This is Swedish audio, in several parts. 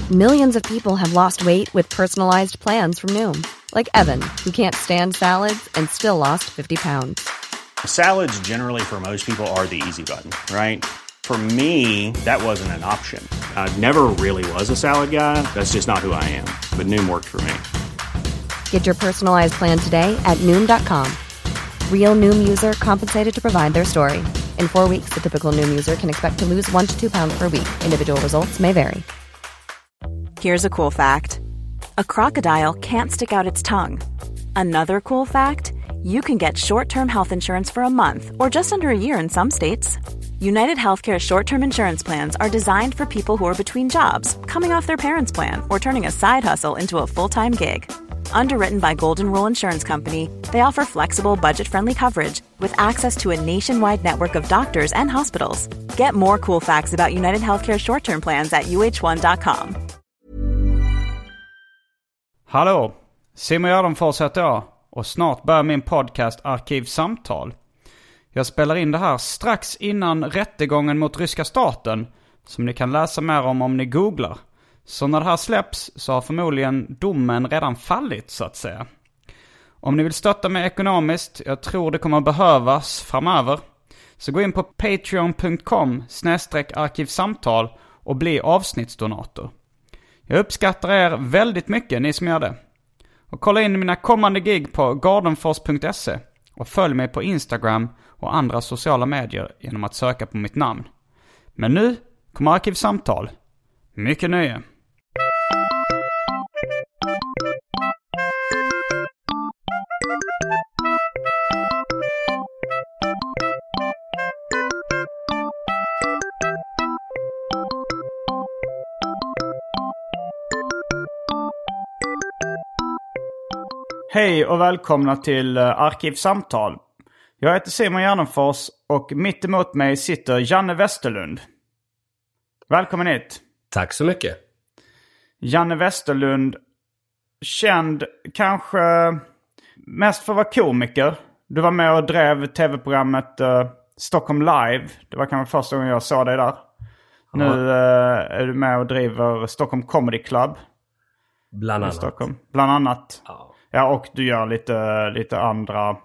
Millions of people have lost weight with personalized plans from Noom. Like Evan, who can't stand salads and still lost 50 pounds. Salads generally for most people are the easy button, right? For me, that wasn't an option. I never really was a salad guy. That's just not who I am. But Noom worked for me. Get your personalized plan today at Noom.com. Real Noom user compensated to provide their story. In 4 weeks, the typical Noom user can expect to lose 1 to 2 pounds per week. Individual results may vary. Here's a cool fact. A crocodile can't stick out its tongue. Another cool fact, you can get short-term health insurance for a month or just under a year in some states. United Healthcare short-term insurance plans are designed for people who are between jobs, coming off their parents' plan, or turning a side hustle into a full-time gig. Underwritten by Golden Rule Insurance Company, they offer flexible, budget-friendly coverage with access to a nationwide network of doctors and hospitals. Get more cool facts about United Healthcare short-term plans at uh1.com. Hallå, Simon Gärdenfors heter jag och snart börjar min podcast Arkivsamtal. Jag spelar in det här strax innan rättegången mot ryska staten som ni kan läsa mer om ni googlar. Så när det här släpps så har förmodligen domen redan fallit så att säga. Om ni vill stötta mig ekonomiskt, jag tror det kommer att behövas framöver, så gå in på patreon.com/arkivsamtal och bli avsnittsdonator. Jag uppskattar er väldigt mycket, ni som gör det. Och kolla in mina kommande gig på gardenfors.se och följ mig på Instagram och andra sociala medier genom att söka på mitt namn. Men nu kommer Arkivsamtal. Mycket nöje. Hej och välkomna till Arkivsamtal. Jag heter Simon Gärdenfors och mitt emot mig sitter Janne Westerlund. Välkommen hit. Tack så mycket. Janne Westerlund, känd kanske mest för att vara komiker. Du var med och drev tv-programmet Stockholm Live. Det var kanske första gången jag såg dig där. Nu är du med och driver Stockholm Comedy Club. Bland annat. Stockholm. Bland annat. Ja. Ja, och du gör lite andra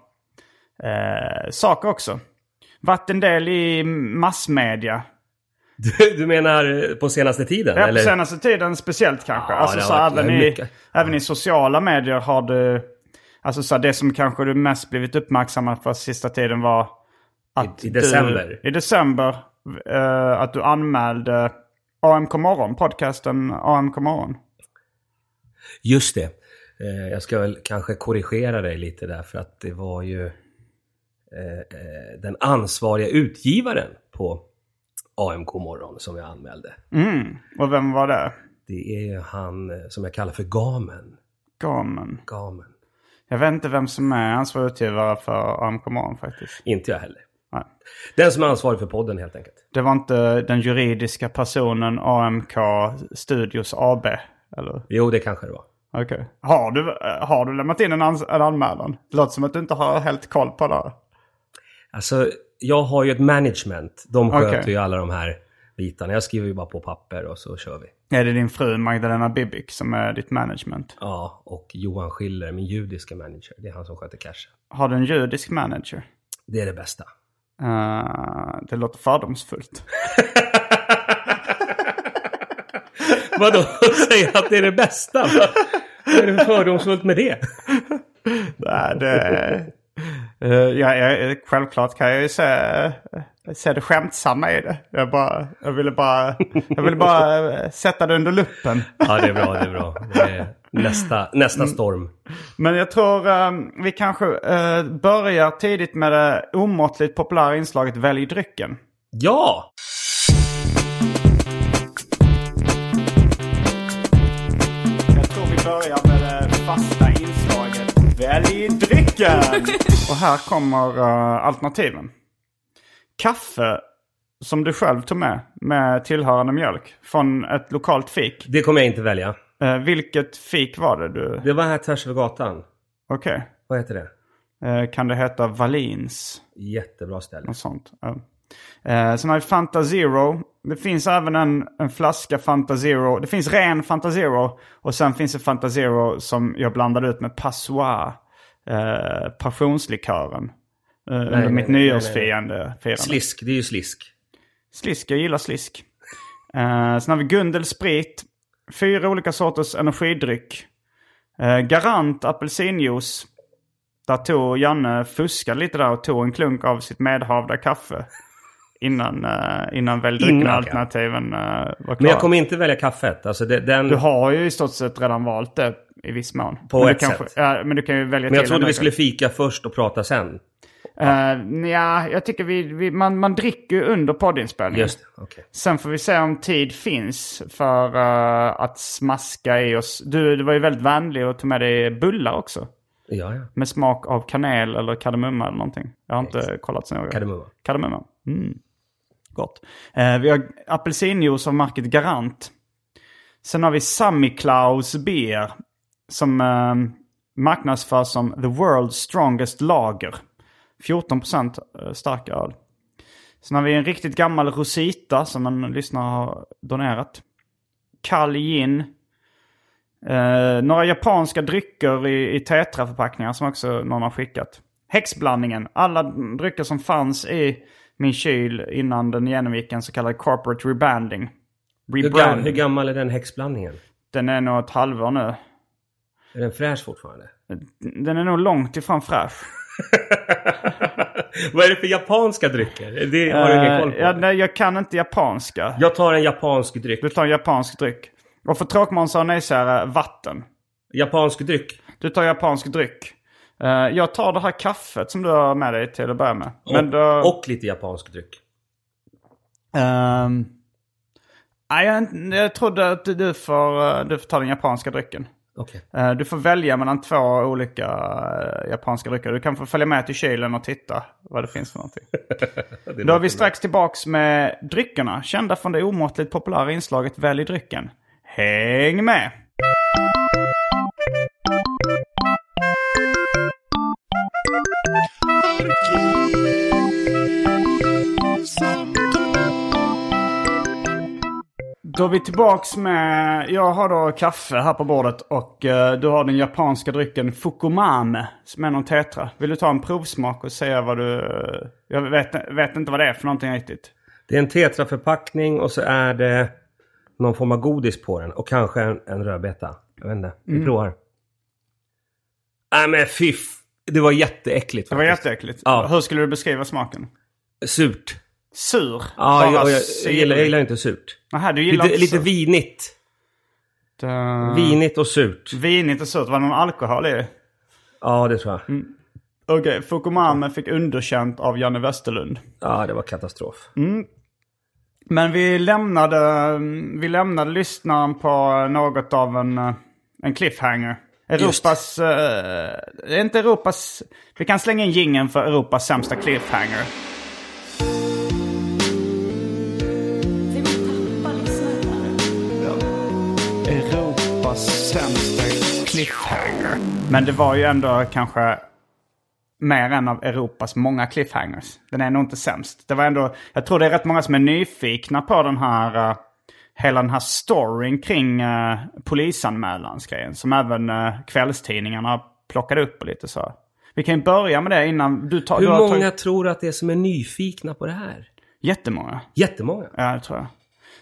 saker också. Varit en del i massmedia. Du menar på senaste tiden? Ja, eller? På senaste tiden speciellt kanske. Ja, alltså, så även i sociala medier har du... Alltså så det som kanske du mest blivit uppmärksammad för sista tiden var... Att I december. I december att du anmälde AMK Morgon, podcasten AMK Morgon. Just det. Jag ska väl kanske korrigera dig lite där, för att det var ju den ansvariga utgivaren på AMK Morgon som jag anmälde. Och vem var det? Det är han som jag kallar för Gamen. Gamen. Jag vet inte vem som är ansvarig utgivare för AMK Morgon faktiskt. Inte jag heller. Nej. Den som är ansvarig för podden helt enkelt. Det var inte den juridiska personen AMK Studios AB, eller? Jo, det kanske det var. Okej. Har du lämnat in en anmälan? Det låter som att du inte har helt koll på det. Alltså, jag har ju ett management. De sköter ju alla de här bitarna. Jag skriver ju bara på papper och så kör vi. Är det din fru Magdalena Bibic som är ditt management? Ja, och Johan Schiller, min judiska manager. Det är han som sköter cashen. Har du en judisk manager? Det är det bästa. Det låter fördomsfullt. Vadå? Säger att det är det bästa? Vad är det fördomsfullt med det? Nej, självklart kan jag ju se det skämtsamma i det. Jag ville bara sätta det under luppen. Ja, det är bra. Det är nästa storm. Men jag tror vi kanske börjar tidigt med det omåttligt populära inslaget Välj drycken. Ja! Jag tror vi börjar med det fasta inslaget Välj drycken. Och här kommer alternativen. Kaffe som du själv tog med tillhörande mjölk från ett lokalt fik. Det kommer jag inte välja. Vilket fik var det du? Det var här tvärs över gatan. Okej. Vad heter det? Kan det heta Valins? Jättebra ställe. Något sånt. Sen har vi Fanta Zero. Det finns även en flaska Fanta Zero. Det finns ren Fanta Zero. Och sen finns det Fanta Zero som jag blandade ut med Passoir. Passionslikören. Under mitt nyårsfirande. Slisk, det är ju slisk. Slisk, jag gillar slisk. Sen har vi Gundel Sprit. 4 olika sorters energidryck. Garant apelsinjuice. Där tog Janne fuskade lite där och tog en klunk av sitt medhavda kaffe. Innan väl dryckenalternativen var klar. Men jag kommer inte välja kaffet. Alltså Du har ju i stort sett redan valt det i viss mån. På ett sätt. Ja, men du kan ju välja. Men jag trodde vi skulle fika först och prata sen. Jag tycker man dricker ju under poddinspelningen. Just det, okay. Sen får vi se om tid finns för att smaska i oss. Du var ju väldigt vänlig och tog med dig bullar också. Ja. Med smak av kanel eller kardemumma eller någonting. Jag har inte kollat så noga. Kardemumma. Gott. Vi har apelsinjuice av märket Garant. Sen har vi Sammy Klaus Beer. Som marknadsförs som The World's Strongest Lager. 14% stark öl. Sen har vi en riktigt gammal Rosita som en lyssnare har donerat. Kall gin. Några japanska drycker i tetraförpackningar som också någon har skickat. Häxblandningen. Alla drycker som fanns i min kyl innan den genomgick en så kallad corporate rebranding. Hur gammal är den häxblandningen? Den är nog ett halvår nu. Är den fräsch fortfarande? Den är nog långt ifrån fräsch. Vad är det för japanska drycker? Det har du ingen koll på. Nej, jag kan inte japanska. Jag tar en japansk dryck. Du tar en japansk dryck. Och för tråkmånsar och nejsägare, vatten. Japansk dryck? Du tar japansk dryck. Jag tar det här kaffet som du har med dig till att börja med. Och lite japansk dryck. Jag trodde att du får ta den japanska drycken. Okay. Du får välja mellan 2 olika japanska drycker. Du kan få följa med till kylen och titta vad det finns för någonting. Då är vi strax tillbaks med dryckerna. Kända från det omåttligt populära inslaget Välj drycken. Häng med! Då är vi tillbaks med... Jag har då kaffe här på bordet och du har den japanska drycken Fukumame som är någon tetra. Vill du ta en provsmak och säga vad du... Jag vet inte vad det är för någonting riktigt. Det är en tetraförpackning och så är det någon form av godis på den och kanske en rödbeta. Jag vet inte. Vi provar. Nej men det var jätteäckligt faktiskt. Det var jätteäckligt. Ja. Hur skulle du beskriva smaken? Surt. Sur? Ja, jag gillar inte surt. Aha, du gillar lite vinigt. Vinigt och surt. Vinigt och surt. Var det någon alkohol i det? Ja, det tror jag. Okej, Fukumame fick underkänt av Janne Westerlund. Ja, det var katastrof. Men vi lämnade lyssnaren på något av en cliffhanger. Europas... inte Europas... Vi kan slänga in jingeln för Europas sämsta cliffhanger. Europas sämsta cliffhanger. Men det var ju ändå kanske mer än av Europas många cliffhangers. Den är nog inte sämst. Det var ändå, jag tror det är rätt många som är nyfikna på den här hela den här storyn kring polisanmälansgrejen som även kvällstidningarna plockade upp och lite så. Vi kan ju börja med det innan du tar... Hur många tror att det är som är nyfikna på det här? Jättemånga. Jättemånga? Ja, det tror jag.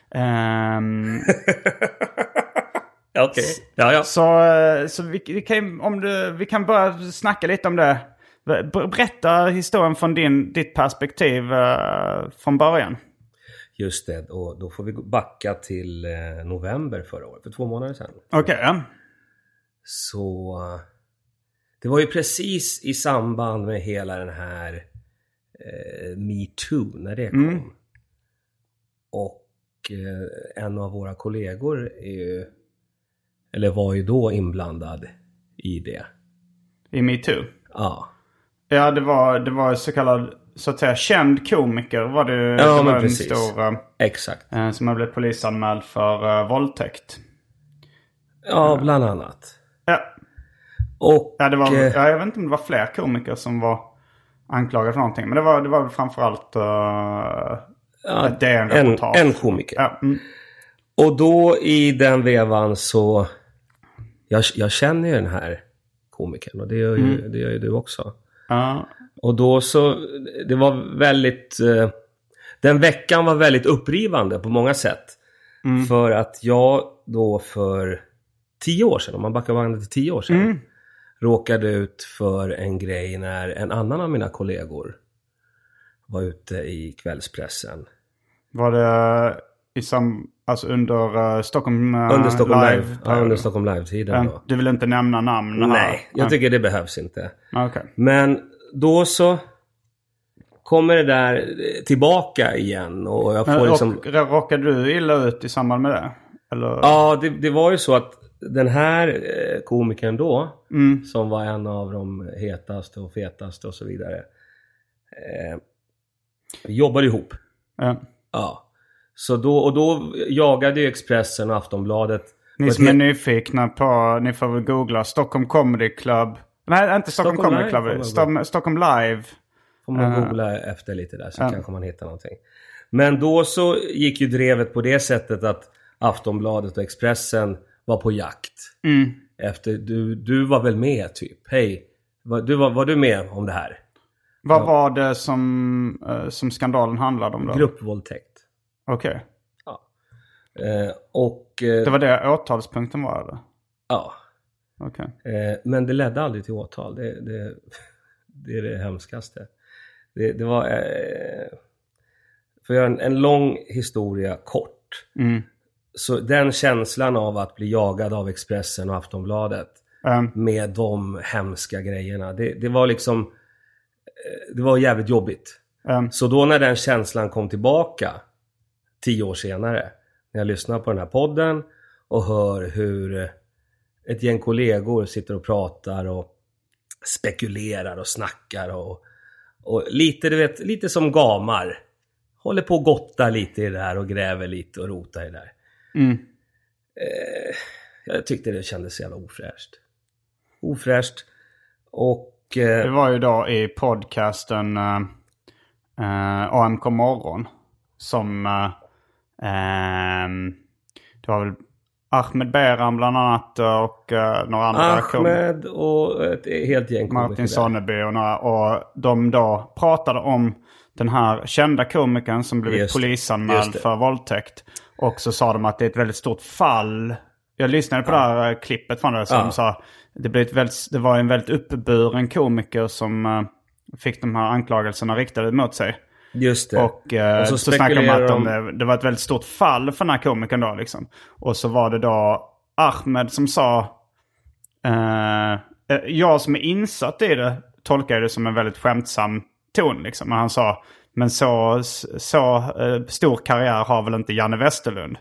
Okej. Ja. Så vi kan börja snacka lite om det. Berätta historien från ditt perspektiv från början. Just det, och då får vi backa till november förra året, för 2 månader sedan. Okej. Ja. Så det var ju precis i samband med hela den här Me Too när det kom. Och en av våra kollegor var ju då inblandad i det. I Me Too? Ja. Ja, det var så kallad, så att säga, känd komiker var det. Ja, det var men en precis. stor... Exakt. Som har blivit polisanmäld för våldtäkt. Ja, bland annat. Ja. Och... Ja, jag vet inte om det var fler komiker som var anklagad för någonting. Men det var väl framförallt det är en reportage. En komiker. Ja. Och då i den vevan så... Jag känner ju den här komikern. Och det gör ju du också. Och då så... Det var väldigt... den veckan var väldigt upprivande på många sätt. För att jag då för 10 år sedan, om man backar bandet till 10 år sedan, råkade ut för en grej när en annan av mina kollegor var ute i kvällspressen. Var det alltså under Stockholm under Stockholm Live? Ja, under Stockholm Live-tiden då. Du vill inte nämna namn? Nej, jag tycker det behövs inte. Okay. Men då kommer det där tillbaka igen. Och jag får liksom... Råkade du illa ut i samband med det? Eller? Ja, det var ju så att den här komikern då, som var en av de hetaste och fetaste och så vidare, jobbade ihop. Ja. Så då jagade ju Expressen och Aftonbladet. Ni som är nyfikna på, ni får väl googla Stockholm Comedy Club. Nej, inte Stockholm Comedy Club. Stockholm Live. Får man googla efter lite där så kanske man hittar någonting. Men då så gick ju drevet på det sättet att Aftonbladet och Expressen var på jakt. Efter, du var väl med typ. Hej, var du med om det här? Vad var det som skandalen handlade om då? Gruppvåldtäkt. Okej. Ja. Och... det var det åtalspunkten var det? Ja. Okej. Men det ledde aldrig till åtal. Det är det hemskaste. Det var... för att göra en lång historia kort. Så den känslan av att bli jagad av Expressen och Aftonbladet med de hemska grejerna. Det var liksom... Det var jävligt jobbigt. Så då när den känslan kom tillbaka 10 år senare, när jag lyssnar på den här podden och hör hur ett gäng kollegor sitter och pratar och spekulerar och snackar och lite, du vet, lite som gamar. Håller på att gotta lite i det här och gräver lite och rotar i det där. Jag tyckte det kändes så jävla ofräscht. Och... det var ju då i podcasten AMK Morgon som det var väl Ahmed Beran bland annat och några andra. Ahmed och ett helt gäng komiker. Martin Sonneby och de då pratade om den här kända komikern som blev polisanmäld för våldtäkt. Och så sa de att det är ett väldigt stort fall. Jag lyssnade på det här klippet från det som sa det var en väldigt uppburen komiker som fick de här anklagelserna riktade mot sig. Just det. Och så snackade de att det var ett väldigt stort fall för den här komikern då liksom. Och så var det då Ahmed som sa jag som är insatt i det tolkar det som en väldigt skämtsam ton liksom. Men han sa, men så stor karriär har väl inte Janne Westerlund.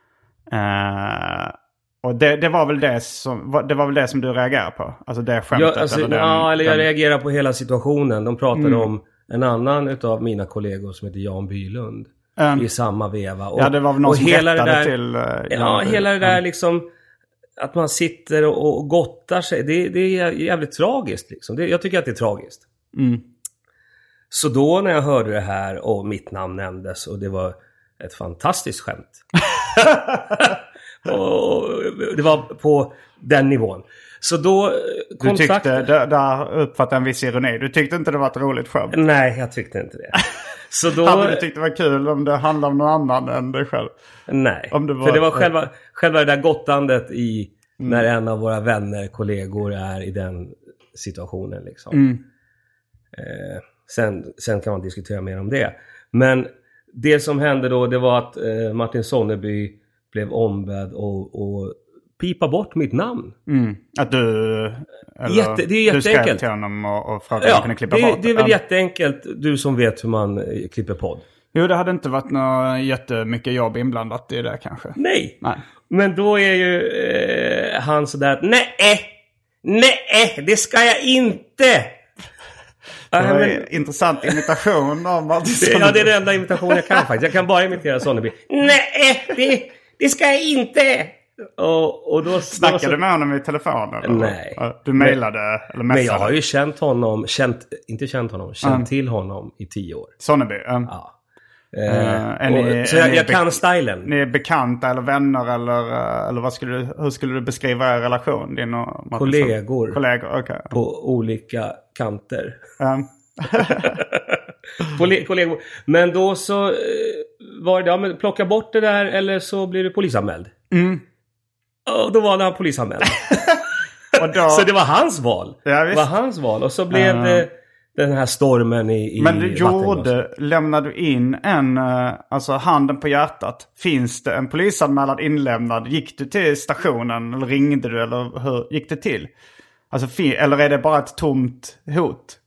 Och det var väl det som du reagerar på? Alltså det skämtet? Jag reagerar på hela situationen. De pratade om en annan utav mina kollegor som heter Jan Bylund i samma veva. Och, det var väl någon som rättade till... hela det där liksom att man sitter och gottar sig. Det är jävligt tragiskt liksom. Jag tycker att det är tragiskt. Så då när jag hörde det här och mitt namn nämndes och det var ett fantastiskt skämt. Och det var på den nivån. Så då du tyckte, där uppfattade en viss ironi. Du tyckte inte det var ett roligt skämt? Nej, jag tyckte inte det. Så då... Hade du tyckt det var kul om det handlade om någon annan än dig själv? Nej, för det var själva det där gottandet i när en av våra vänner, kollegor är i den situationen liksom. Sen kan man diskutera mer om det. Men det som hände då, det var att Martin Sonneby blev ombedd och pipa bort mitt namn. Att du... det är jätteenkelt. Du skrev till honom och frågade om han kunde klippa bort det är väl jätteenkelt, du som vet hur man klipper podd. Jo, det hade inte varit något jättemycket jobb inblandat i det kanske. Nej. Men då är ju han sådär att nej, det ska jag inte. Det var en intressant imitation av Martin Sonneby. Ja, det är den enda imitation jag kan faktiskt. Jag kan bara imitera Sonneby. Nej, det ska jag inte. Och då Snackade du med honom i telefonen? Eller? Nej. Du mejlade eller messade? Men jag har ju känt till honom i 10 år. Sonneby? Ja. Så jag kan stylen. Ni är bekanta eller vänner eller hur skulle du beskriva er relation? Din och kollegor, okay. På olika kanter. Kollegor. Men då så var det, men plocka bort det där eller så blir du polisanmäld. Och då var han polisanmäld. Och då... Så det var hans val. Ja, det var hans val. Och så blev det den här stormen i men du lämnade du in alltså handen på hjärtat. Finns det en polisanmälan inlämnad? Gick du till stationen eller ringde du eller hur gick det till? Alltså, eller är det bara ett tomt hot?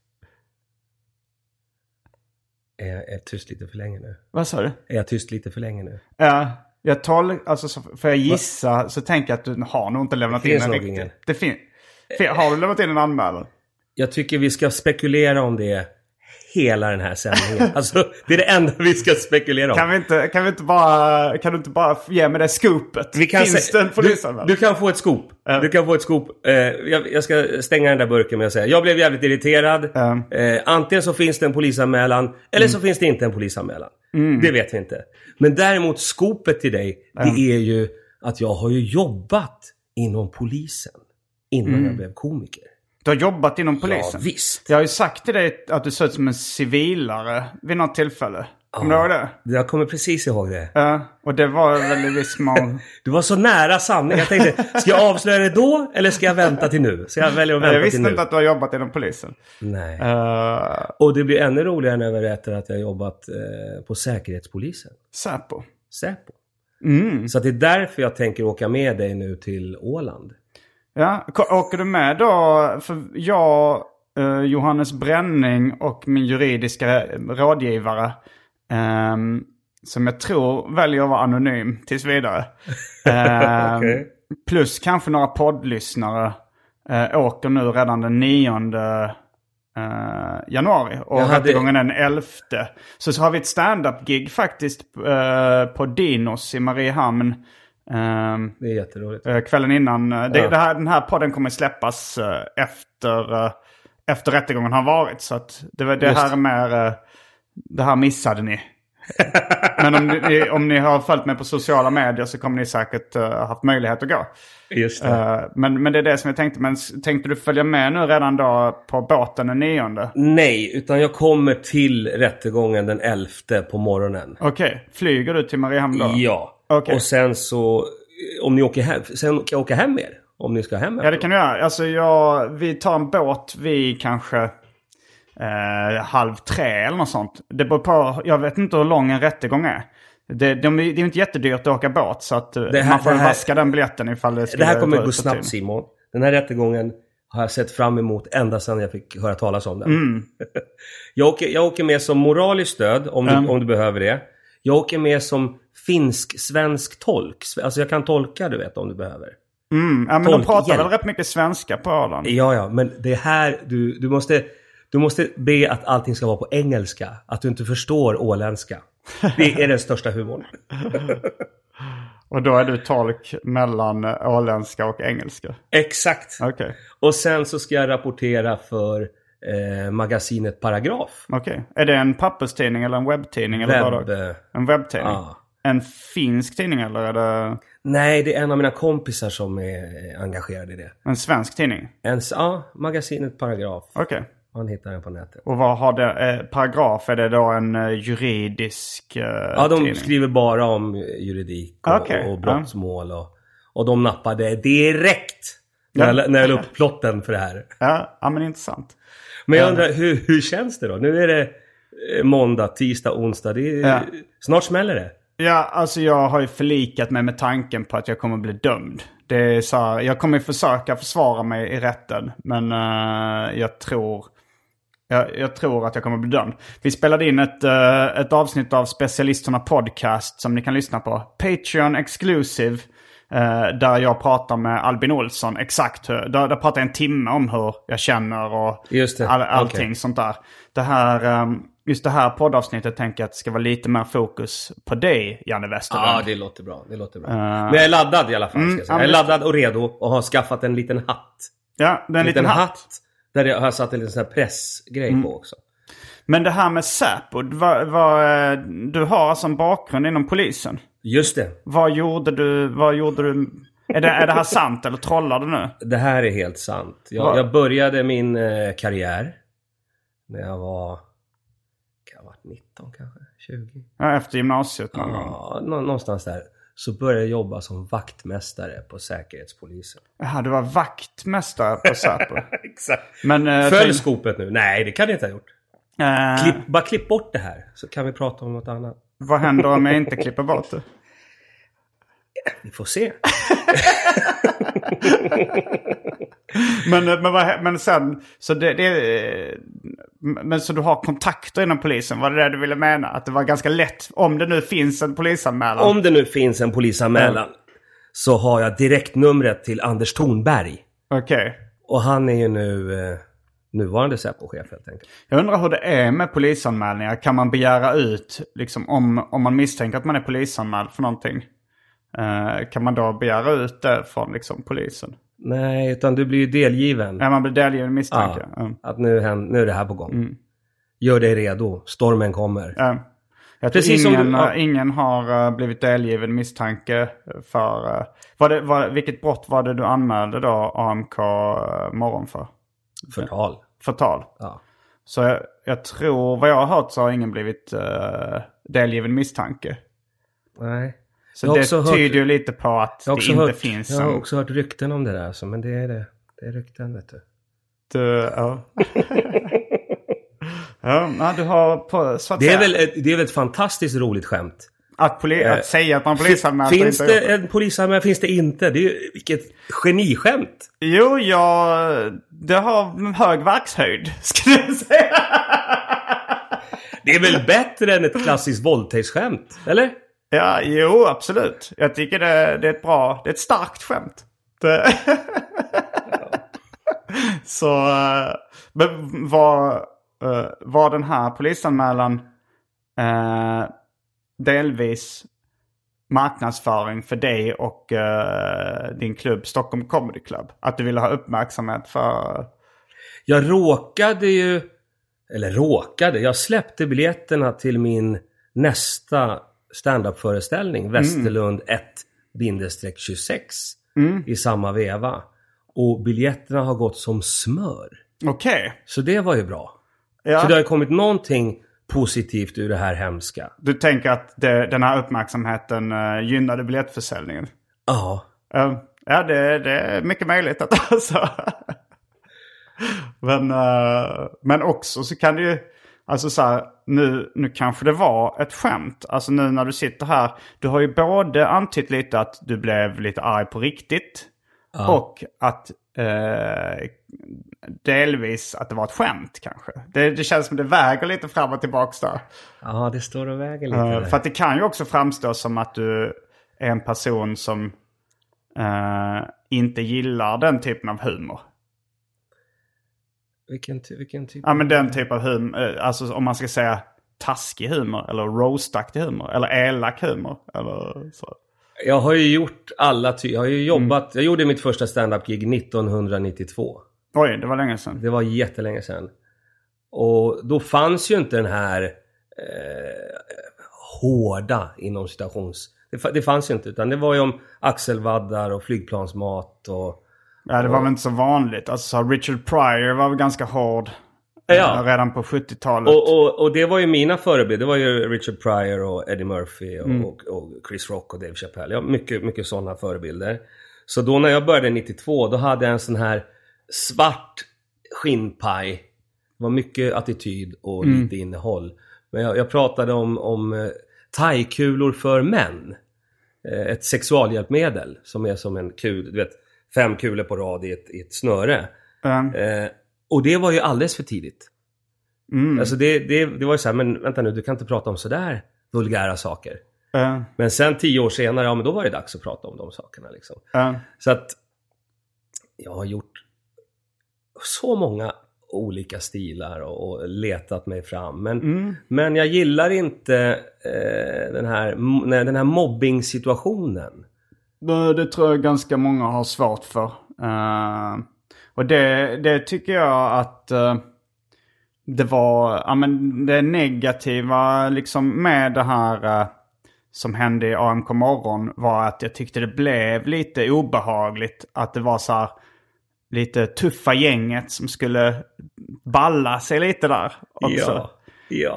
Är jag tyst lite för länge nu? Vad sa du? Är jag tyst lite för länge nu? Ja, alltså för jag gissa så tänker jag att du har nog inte lämnat in en riktigt. Har du lämnat in en anmälan? Jag tycker vi ska spekulera om det hela den här sändningen. Alltså, det är det enda vi ska spekulera om. Kan du inte bara ge mig det scoopet? Finns det en polisanmälan? Du kan få ett scoop. Du kan få ett scoop. Jag ska stänga den där burken med att säga. Jag blev jävligt irriterad. Antingen så finns det en polisanmälan eller så finns det inte en polisanmälan. Det vet vi inte. Men däremot scoopet till dig, det är ju att jag har ju jobbat inom polisen innan jag blev komiker. Du har jobbat inom polisen? Ja, visst. Jag har ju sagt till dig att du ser ut som en civilare vid något tillfälle. Kommer du ihåg det? Jag kommer precis ihåg det. Ja, och det var väl i viss mån... Du var så nära sanning. Jag tänkte, ska jag avslöja det då eller ska jag vänta till nu? Så jag väljer att vänta till nu. Jag visste inte att du har jobbat inom polisen. Nej. Och det blir ännu roligare när jag berättar att jag har jobbat på Säkerhetspolisen. Säpo. Så att det är därför jag tänker åka med dig nu till Åland. Ja, åker du med då? För jag, Johannes Bränning och min juridiska rådgivare, som jag tror väljer att vara anonym tills vidare. Okay. Plus kanske några poddlyssnare åker nu redan den 9 januari. Och rättegången är den 11. Så har vi ett stand-up-gig faktiskt på Dinos i Mariehamn. Det är jätteroligt. Kvällen innan. Den här podden kommer släppas efter rättegången har varit. Så att det här är mer... Det här missade ni. Men om ni har följt med på sociala medier så kommer ni säkert haft möjlighet att gå. Just det. Men det är det som jag tänkte. Men tänkte du följa med nu redan då på båten den 9? Nej, utan jag kommer till rättegången den 11 på morgonen. Okej. Flyger du till Mariehamn då? Ja. Okay. Och sen så, om ni åker hem, sen kan jag åka hem med er. Om ni ska hem efter. Ja, det kan du göra. Alltså vi tar en båt vid kanske 2:30 eller något sånt. Det beror på, jag vet inte hur lång en rättegång är. Det är inte jättedyrt att åka båt så att man får vaska den biljetten ifall det skulle... Det här kommer gå snabbt, Simon. Den här rättegången har jag sett fram emot ända sedan jag fick höra talas om den. Jag åker med som moraliskt stöd om du behöver det. Jag åker med som finsk-svensk tolk. Alltså jag kan tolka, du vet, om du behöver. Ja, men de pratar väl rätt mycket svenska på Åland. Ja, men det här, du måste be att allting ska vara på engelska. Att du inte förstår åländska. Det är den största humorn. Och då är du tolk mellan åländska och engelska? Exakt. Okay. Och sen så ska jag rapportera för magasinet Paragraf. Okej. Är det en papperstidning eller en webbtidning? En webbtidning? Ja. En finsk tidning eller är det... Nej, det är en av mina kompisar som är engagerad i det. En svensk tidning? Magasinet Paragraf. Okej. Man hittar den på nätet. Och vad har det? Paragraf, är det då en juridisk ja, de tidning? Skriver bara om juridik och brottsmål. Och de nappade direkt när jag la upp plotten för det här. Ja, men intressant. Men jag undrar, hur känns det då? Nu är det måndag, tisdag, onsdag. Snart smäller det. Ja, alltså jag har ju förlikat mig med tanken på att jag kommer bli dömd. Det är så här, jag kommer försöka försvara mig i rätten. Men jag tror att jag kommer bli dömd. Vi spelade in ett avsnitt av Specialisterna Podcast som ni kan lyssna på. Patreon Exclusive. Där jag pratar med Albin Olsson exakt där pratar jag en timme om hur jag känner och allting sånt där. Det här just det här poddavsnittet tänker jag att det ska vara lite mer fokus på dig, Janne Westerlund. Ja, det låter bra. Men jag är laddad i alla fall. Ska jag säga. Jag är laddad och redo och har skaffat en liten hatt. Ja, det är en liten hatt. Där jag har satt en liten sån här pressgrej på också. Men det här med Säpo, du har alltså en bakgrund inom polisen. Just det. Vad gjorde du? Är det här sant eller trollar du nu? Det här är helt sant. Jag började min karriär när jag var 19 kanske, 20. Ja, efter gymnasiet. Ja, någonstans där. Så började jag jobba som vaktmästare på Säkerhetspolisen. Jaha, du var vaktmästare på Säpo. Exakt. Men, följ skopet nu. Nej, det kan jag inte ha gjort. Bara klipp bort det här. Så kan vi prata om något annat. Vad händer om jag inte klipper bort det? Vi får se. men sen så men så du har kontakter inom polisen, var det du ville mena? Att det var ganska lätt om det nu finns en polisanmälan? Om det nu finns en polisanmälan så har jag direktnumret till Anders Thornberg. Okej. Och han är ju nu nuvarande Säpo-chef helt enkelt. Jag undrar hur det är med polisanmälningar. Kan man begära ut liksom, om man misstänker att man är polisanmäld för någonting? Kan man då begära ut det från liksom, polisen? Nej, utan du blir ju delgiven. Ja, man blir delgiven misstanke. Ja, att nu är det här på gång. Gör dig redo, stormen kommer. Jag tror ingen har blivit delgiven misstanke för... vilket brott var det du anmälde då AMK morgon för? Förtal. Ja. Så jag tror, vad jag har hört så har ingen blivit delgiven misstanke. Nej. Så det tyder ju lite på att det inte finns. Jag har också hört rykten om det där. Så, men det är rykten, vet du. Ja. Ja, du har på, så att det är väl ett fantastiskt roligt skämt. Att säga att man polisanmält. Finns det en polisanmälan? Finns det inte? Det är ju vilket geniskämt. Jo, det har hög verkshöjd, skulle jag säga. Det är väl bättre än ett klassiskt våldtäktsskämt, eller? Ja, jo, absolut. Jag tycker det är ett starkt skämt. Så, men var den här polisanmälan delvis marknadsföring för dig och din klubb Stockholm Comedy Club? Att du ville ha uppmärksamhet för... Jag släppte biljetterna till min nästa stand-up-föreställning, Västerlund 1-26 i samma veva. Och biljetterna har gått som smör. Okej. Så det var ju bra. Ja. Så det har kommit någonting positivt ur det här hemska. Du tänker att den här uppmärksamheten gynnade biljettförsäljningen? Ja. Ja, det är mycket möjligt att alltså. Men också så kan det ju... Alltså så här, nu kanske det var ett skämt. Alltså nu när du sitter här. Du har ju både antytt lite att du blev lite arg på riktigt. Ja. Och att delvis att det var ett skämt kanske. Det känns som det väger lite fram och tillbaka där. Ja, det står och väger lite. För att det kan ju också framstå som att du är en person som inte gillar den typen av humor. Vilken typ? Ja, men den typ av humor. Alltså om man ska säga taskig humor. Eller roastaktig humor. Eller elak humor. Eller så. Jag har ju gjort jag har ju jobbat. Jag gjorde mitt första stand-up-gig 1992. Oj, det var länge sedan. Det var jättelänge sedan. Och då fanns ju inte den här hårda inom citations... Det fanns ju inte. Utan det var ju om axelvaddar och flygplansmat och... Ja, det var väl inte så vanligt. Alltså Richard Pryor var väl ganska hård redan på 70-talet. Och det var ju mina förebilder. Det var ju Richard Pryor och Eddie Murphy och Chris Rock och Dave Chappelle. Jag har mycket sådana förebilder. Så då när jag började 92, då hade jag en sån här svart skinnpaj. Det var mycket attityd och lite innehåll. Men jag pratade om thaikulor för män. Ett sexualhjälpmedel som är som en kul, du vet, 5 kulor på rad i ett snöre. Och det var ju alldeles för tidigt. Alltså det var ju så här, men vänta nu, du kan inte prata om sådär vulgära saker. Men sen 10 år senare, ja men då var det dags att prata om de sakerna liksom. Så att jag har gjort så många olika stilar och letat mig fram. Men jag gillar inte den här mobbing-situationen. Det tror jag ganska många har svårt för. Och det tycker jag att det var, det negativa liksom med det här som hände i AMK morgon var att jag tyckte det blev lite obehagligt att det var så här lite tuffa gänget som skulle balla sig lite där också. Ja.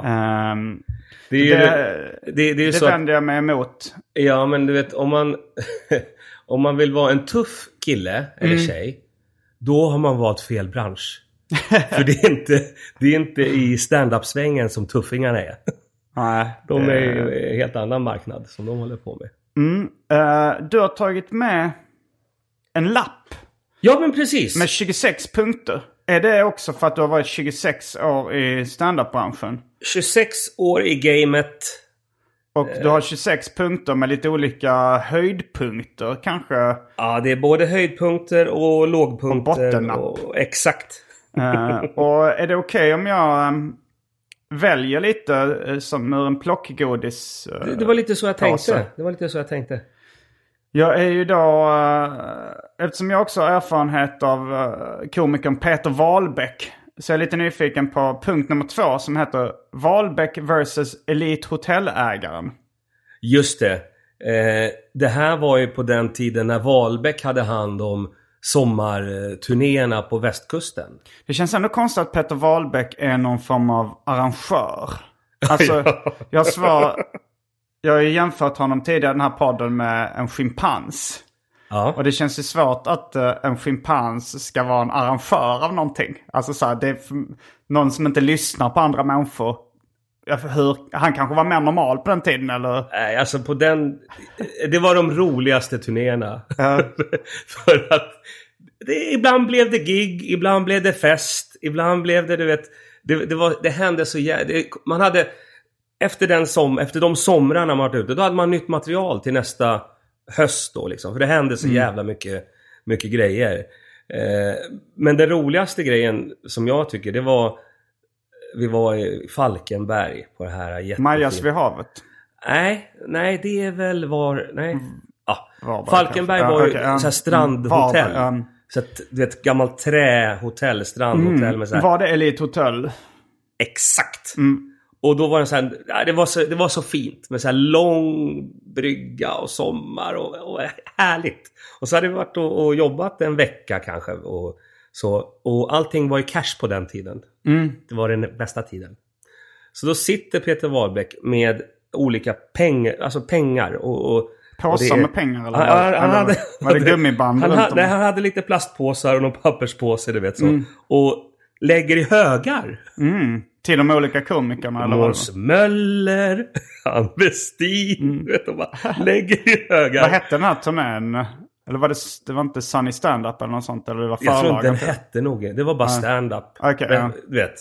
Det vänder jag mig emot. Ja, men du vet, om man vill vara en tuff kille eller tjej, då har man valt fel bransch. För det är inte i stand-up-svängen som tuffingarna är. Nej, de är ju en helt annan marknad som de håller på med. Du har tagit med en lapp. Ja, men precis. Med 26 punkter. Är det också för att du har varit 26 år i stand-up-branschen? 26 år i gamet. Och du har 26 punkter med lite olika höjdpunkter kanske? Ja, det är både höjdpunkter och lågpunkter. Och bottennapp. Exakt. Och är det okej om jag väljer lite som ur en plockgodis? Det var lite så jag tänkte. Jag är ju då, eftersom jag också har erfarenhet av komikern Peter Wahlbeck, så jag är lite nyfiken på punkt nummer 2 som heter Wahlbeck versus Elite hotellägaren. Just det. Det här var ju på den tiden när Wahlbeck hade hand om sommarturnéerna på västkusten. Det känns ändå konstigt att Peter Wahlbeck är någon form av arrangör. Alltså, jag har ju jämfört honom tidigare i den här podden med en schimpans. Ja. Och det känns ju svårt att en schimpans ska vara en arrangör av någonting. Alltså så här, det är någon som inte lyssnar på andra människor. Han kanske var mer normal på den tiden, eller? Nej, alltså det var de roligaste turnéerna. För att ibland blev det gig, ibland blev det fest, ibland blev det, du vet, det hände så man hade efter de somrarna man varit ute, då hade man nytt material till nästa höst då liksom, för det hände så jävla mycket grejer. Men den roligaste grejen som jag tycker, det var vi var i Falkenberg på det här jättefina. Majas vid havet. Nej, det är väl Falkenberg var ju så här strandhotell. Så att, du vet, gammalt trähotell, strandhotell med så här. Var det Elite Hotel? Exakt. Och då var det så här, det var så fint med så här lång brygga och sommar och härligt. Och så hade vi varit och jobbat en vecka kanske och allting var ju cash på den tiden. Det var den bästa tiden. Så då sitter Peter Wahlbeck med olika pengar och påsar med pengar eller var det gummiband? Han hade lite plastpåsar och någon papperspåse, du vet så. Och lägger i högar. Till de olika komikerna eller Måns Möller, Ann Westin, vet du, bara lägger i högar. Vad hette den här turnén? Eller var det var inte Sunny Stand-Up eller något sånt? Eller det var jag tror inte den hette nog. Det var bara stand-up. Okay, du vet.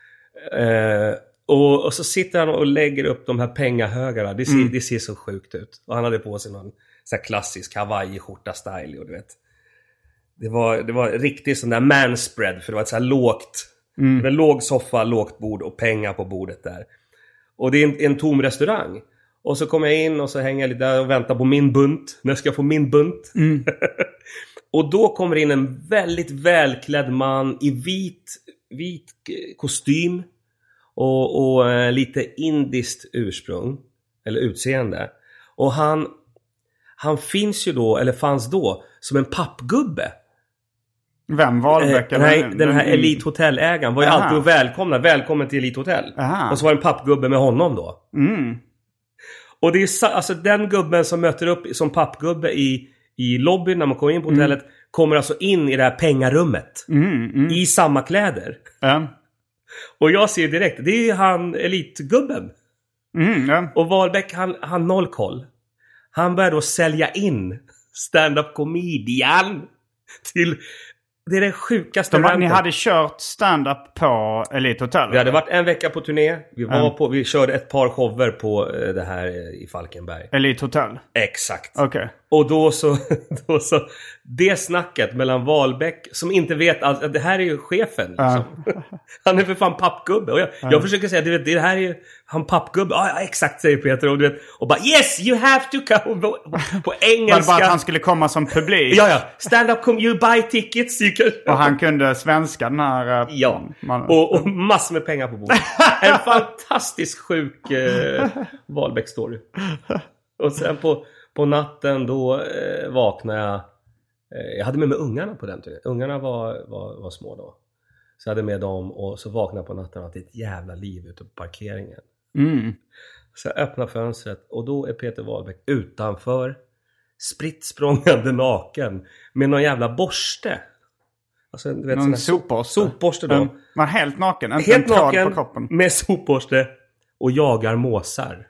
Och så sitter han och lägger upp de här pengahögarna. Det ser så sjukt ut. Och han hade på sig någon så här klassisk Hawaii-skjorta-style. Och du vet. Det var riktigt sån där manspread. För det var ett så här lågt. En låg soffa, lågt bord och pengar på bordet där. Och det är en tom restaurang. Och så kommer jag in och så hänger jag lite där och väntar på min bunt. När ska jag få min bunt? Och då kommer in en väldigt välklädd man i vit kostym. Och lite indiskt ursprung. Eller utseende. Och han finns ju då, eller fanns då, som en pappgubbe. Vem? Wahlbeck? Den här Elite Hotel-ägaren var ju alltid välkommen till Elite Hotel. Och så var det en pappgubbe med honom då. Och det är alltså den gubben som möter upp som pappgubbe i lobbyn när man kommer in på hotellet kommer alltså in i det här pengarummet i samma kläder. Och jag ser direkt, det är ju han elitgubben. Och Wahlbeck han noll koll. Han börjar då sälja in stand-up comedian till Det är den sjukaste Ni hade kört stand-up på Elite Hotel? Vi hade varit en vecka på turné. Vi körde ett par shower på det här i Falkenberg. Elite Hotel? Exakt. Okay. Och då så det snacket mellan Wahlbeck som inte vet att det här är ju chefen liksom. Han är för fan pappgubbe. Och jag försöker säga det här är ju han pappgubbe. Ja, exakt, säger Peter. Och bara yes, you have to come på engelska. Bara att han skulle komma som publik. Ja. Stand up, you buy tickets. Och han kunde svenska den här... och massor med pengar på bordet. En fantastisk sjuk Wahlbeck-story. Och sen på natten då vaknade jag. Jag hade med mig ungarna på den tiden. Ungarna var små då. Så jag hade med dem och så vaknade jag på natten och hade ett jävla liv ute på parkeringen. Så jag öppnar fönstret och då är Peter Wahlbeck utanför, spritt språngande naken med någon jävla borste. Alltså, du vet, någon sopborste då. Man helt naken, inte helt en tråd naken på kroppen. Med sopborste och jagar måsar.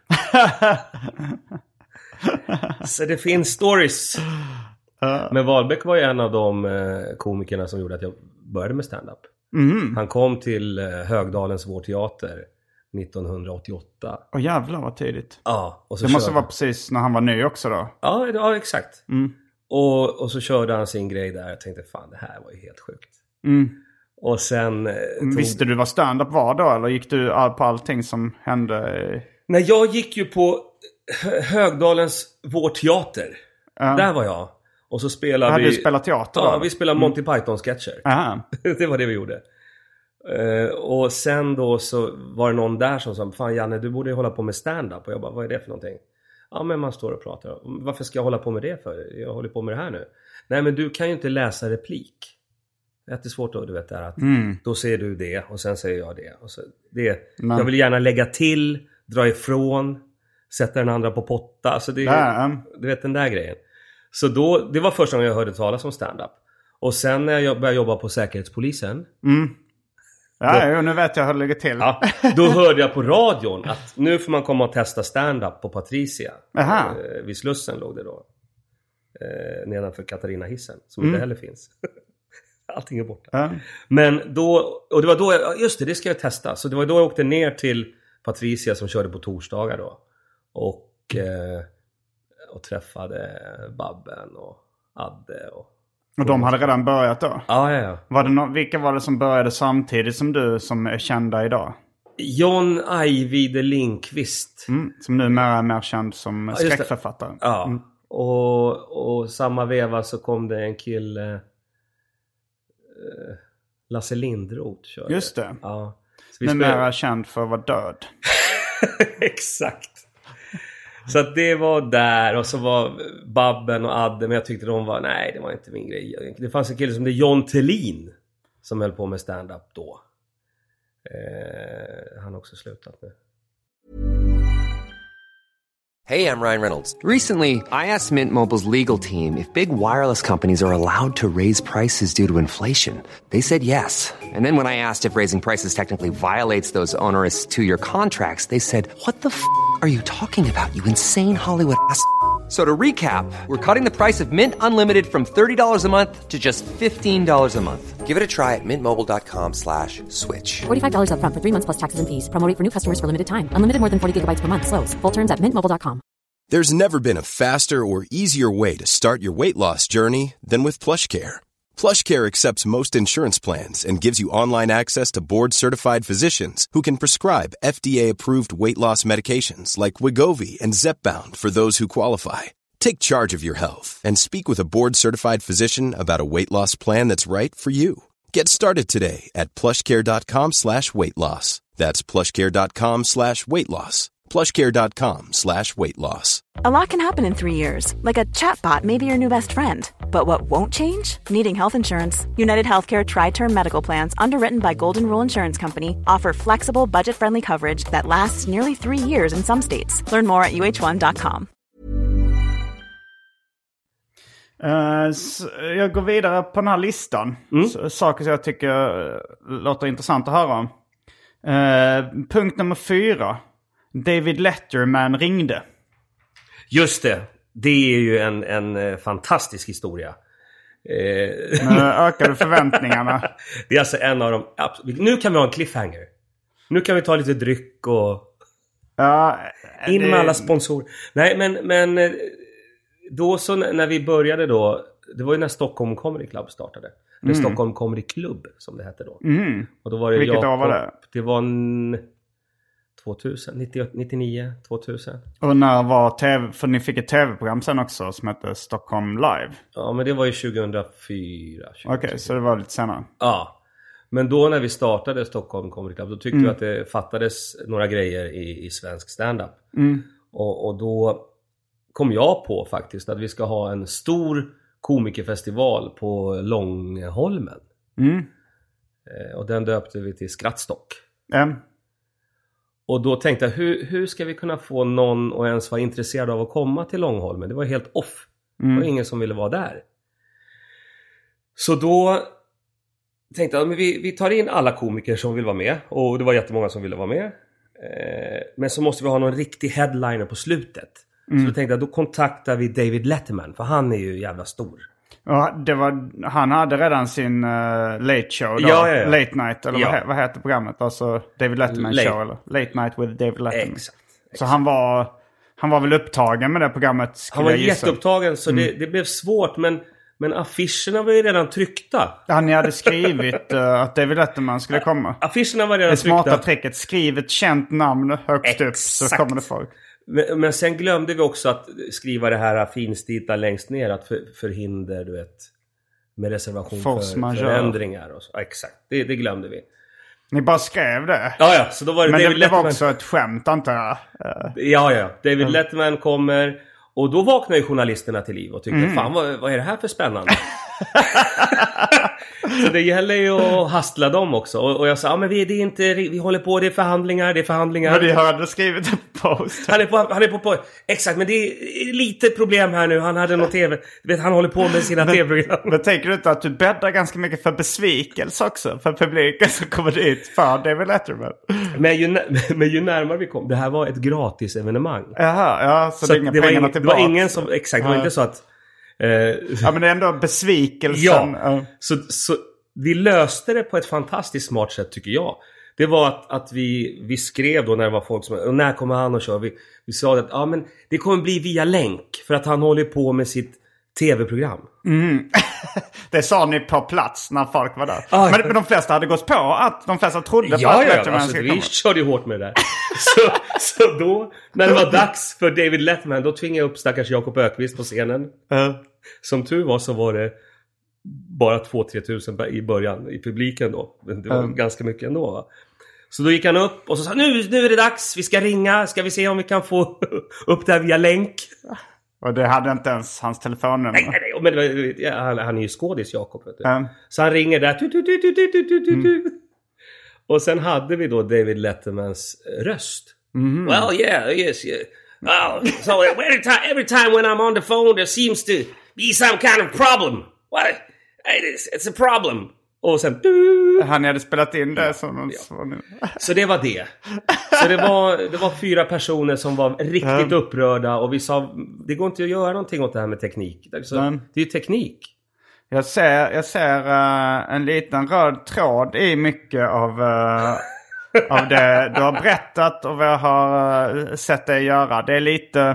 Så det finns stories. Men Wahlbeck var ju en av de komikerna som gjorde att jag började med stand-up. Han kom till Högdalens Vår Teater 1988. Åh jävlar vad tidigt. Ja, och så det måste vara precis när han var ny också då. Ja exakt. Och så körde han sin grej där. Jag tänkte fan, det här var ju helt sjukt. Och sen visste du vad stand-up var då? Eller gick du på allting som hände? Nej, jag gick ju på Högdalens Vår Teater. Där var jag. Och så spelade du spelat teater då? Ja, vi spelade Monty Python-sketcher. Det var det vi gjorde. Och sen då så var det någon där som sa, fan Janne, du borde ju hålla på med stand-up. Och jag bara, vad är det för någonting? Ja, men man står och pratar. Varför ska jag hålla på med det för? Jag håller på med det här nu. Nej, men du kan ju inte läsa replik. Det är jättesvårt då, du vet där att då ser du det och sen säger jag det. Och så, jag vill gärna lägga till, dra ifrån, sätta den andra på potta. Alltså det är, du vet den där grejen. Så då, det var första gången jag hörde talas om stand-up. Och sen när jag började jobba på Säkerhetspolisen. Nu vet jag hur det ligger till. Ja, då hörde jag på radion att nu får man komma och testa stand-up på Patricia. Vid Slussen låg det då. Nedanför Katarina hissen. Som inte heller finns. Allting är borta. Men då, och det var då just det ska jag testa. Så det var då jag åkte ner till Patricia som körde på torsdagar då. Och träffade Babben och Adde och de hade redan börjat då? Ja. Vilka var det som började samtidigt som du som är kända idag? John Ajvide Lindqvist. Som numera är mer känd som skräckförfattare. Ja. Och samma veva så kom det en kille Lasse Lindroth körde. Just det. Ja. Numera känd för att vara död. Exakt. Så att det var där. Och så var Babben och Adde. Men jag tyckte det var inte min grej. Det fanns en kille som det John Thelin som höll på med stand-up då. Han har också slutat nu. Hey, I'm Ryan Reynolds. Recently, I asked Mint Mobile's legal team if big wireless companies are allowed to raise prices due to inflation. They said yes. And then when I asked if raising prices technically violates those onerous two-year contracts, they said, what the f*** are you talking about, you insane Hollywood ass f- So to recap, we're cutting the price of Mint Unlimited from $30 a month to just $15 a month. Give it a try at mintmobile.com/switch. $45 up front for 3 months plus taxes and fees. Promo rate for new customers for limited time. Unlimited more than 40 gigabytes per month. Slows full terms at mintmobile.com. There's never been a faster or easier way to start your weight loss journey than with PlushCare. PlushCare accepts most insurance plans and gives you online access to board-certified physicians who can prescribe FDA-approved weight loss medications like Wegovy and Zepbound for those who qualify. Take charge of your health and speak with a board-certified physician about a weight loss plan that's right for you. Get started today at plushcare.com/weightloss. That's plushcare.com/weightloss. plushcare.com/weightloss. A lot can happen in 3 years, like a chatbot may be your new best friend. But what won't change? Needing health insurance. United Healthcare Tri-Term Medical Plans, underwritten by Golden Rule Insurance Company, offer flexible, budget-friendly coverage that lasts nearly 3 years in some states. Learn more at uh1.com. Jag går vidare på den här listan. Saker som jag tycker låter intressant att höra om. Punkt nummer 4. David Letterman ringde. Just det. Det är ju en fantastisk historia. Nu ökar förväntningarna. Det är alltså en av de... Nu kan vi ha en cliffhanger. Nu kan vi ta lite dryck och... Ja, in med alla sponsorer. Nej, men då så när vi började då... Det var ju när Stockholm Comedy Club startade. Eller Stockholm Comedy Club som det hette då. Och då var det Vilket år var det? Det var 2000, 99, 2000. Och när var tv... För ni fick ett tv-program sen också som hette Stockholm Live. Ja, men det var ju 2004. Okej, så det var lite senare. Ja. Men då när vi startade Stockholm Comedy Club, då tyckte vi att det fattades några grejer i svensk stand-up. Och då kom jag på faktiskt att vi ska ha en stor komikerfestival på Långholmen. Och den döpte vi till Skrattstock. Och då tänkte jag, hur ska vi kunna få någon att ens vara intresserad av att komma till Långholmen? Det var helt off. Det var ingen som ville vara där. Så då tänkte jag, men vi tar in alla komiker som vill vara med. Och det var jättemånga som ville vara med. Men så måste vi ha någon riktig headliner på slutet. Så då tänkte jag, då kontaktar vi David Letterman. För han är ju jävla stor. Ja, han hade redan sin late show då. Ja. Late night, eller vad heter programmet? Alltså David Letterman show, eller Late Night with David Letterman. Exakt. Så han var väl upptagen med det programmet. Han var jätteupptagen, så det blev svårt. Men affischerna var ju redan tryckta. Ja, ni hade skrivit att David Letterman skulle komma. Affischerna var redan tryckta. Det smarta tricket, skriv ett känt namn högst upp så kommer det folk. Men sen glömde vi också att skriva det här finstilta längst ner, att förhinder, du vet, med reservation för förändringar och så. Exakt, det glömde vi. Ni bara skrev det? Ja, så då var det. Men David Letterman... var också ett skämt, antar jag. Ja, David Letterman kommer, och då vaknar ju journalisterna till liv och tyckte, fan vad är det här för spännande? Så det gäller ju att hastla dem också. Och jag sa, men vi håller på, det är förhandlingar. Men vi hade skrivit en post. Han är på. Exakt, men det är lite problem här nu. Han hade någon tv. Du vet, han håller på med sina tv-program. Men tänker du inte att du bäddar ganska mycket för besvikelse också? För publiken som kommer dit för David Letterman. Men ju närmare vi kom. Det här var ett gratis evenemang. Jaha, ja. Så det var var ingen som, exakt, det var inte så att... ja, men det är ändå besvikelsen. Ja, så vi löste det på ett fantastiskt smart sätt, tycker jag. Det var att vi skrev då när det var folk som, och när kommer han och kör? Vi sa att men det kommer bli via länk, för att han håller på med sitt tv-program. Det sa ni på plats när folk var där. Men de flesta hade gått på att de flesta trodde på att Letterman skulle komma. Vi körde ju hårt med det där. så då, när det var dags för David Letterman, då tvingade jag upp stackars Jakob Ökvist på scenen. Som tur var så var det bara 2-3 tusen i början i publiken då. Men det var ganska mycket ändå, va? Så då gick han upp och så sa, nu är det dags, vi ska ringa, ska vi se om vi kan få upp det här via länk. Och det hade inte ens hans telefonnummer. Nej, men han är ju skådis, Jakob, vet du. Så han ringer där. Och sen hade vi då David Lettermans röst. Well, yes. So every time when I'm on the phone, there seems to be some kind of problem. What? It's a problem. Och sen... Han hade spelat in det som Så det var det. Så det var 4 personer som var riktigt upprörda. Och vi sa, det går inte att göra någonting åt det här med teknik. Så det är ju teknik. Jag ser en liten röd tråd i mycket av det du har berättat och vad jag har sett dig göra. Det är lite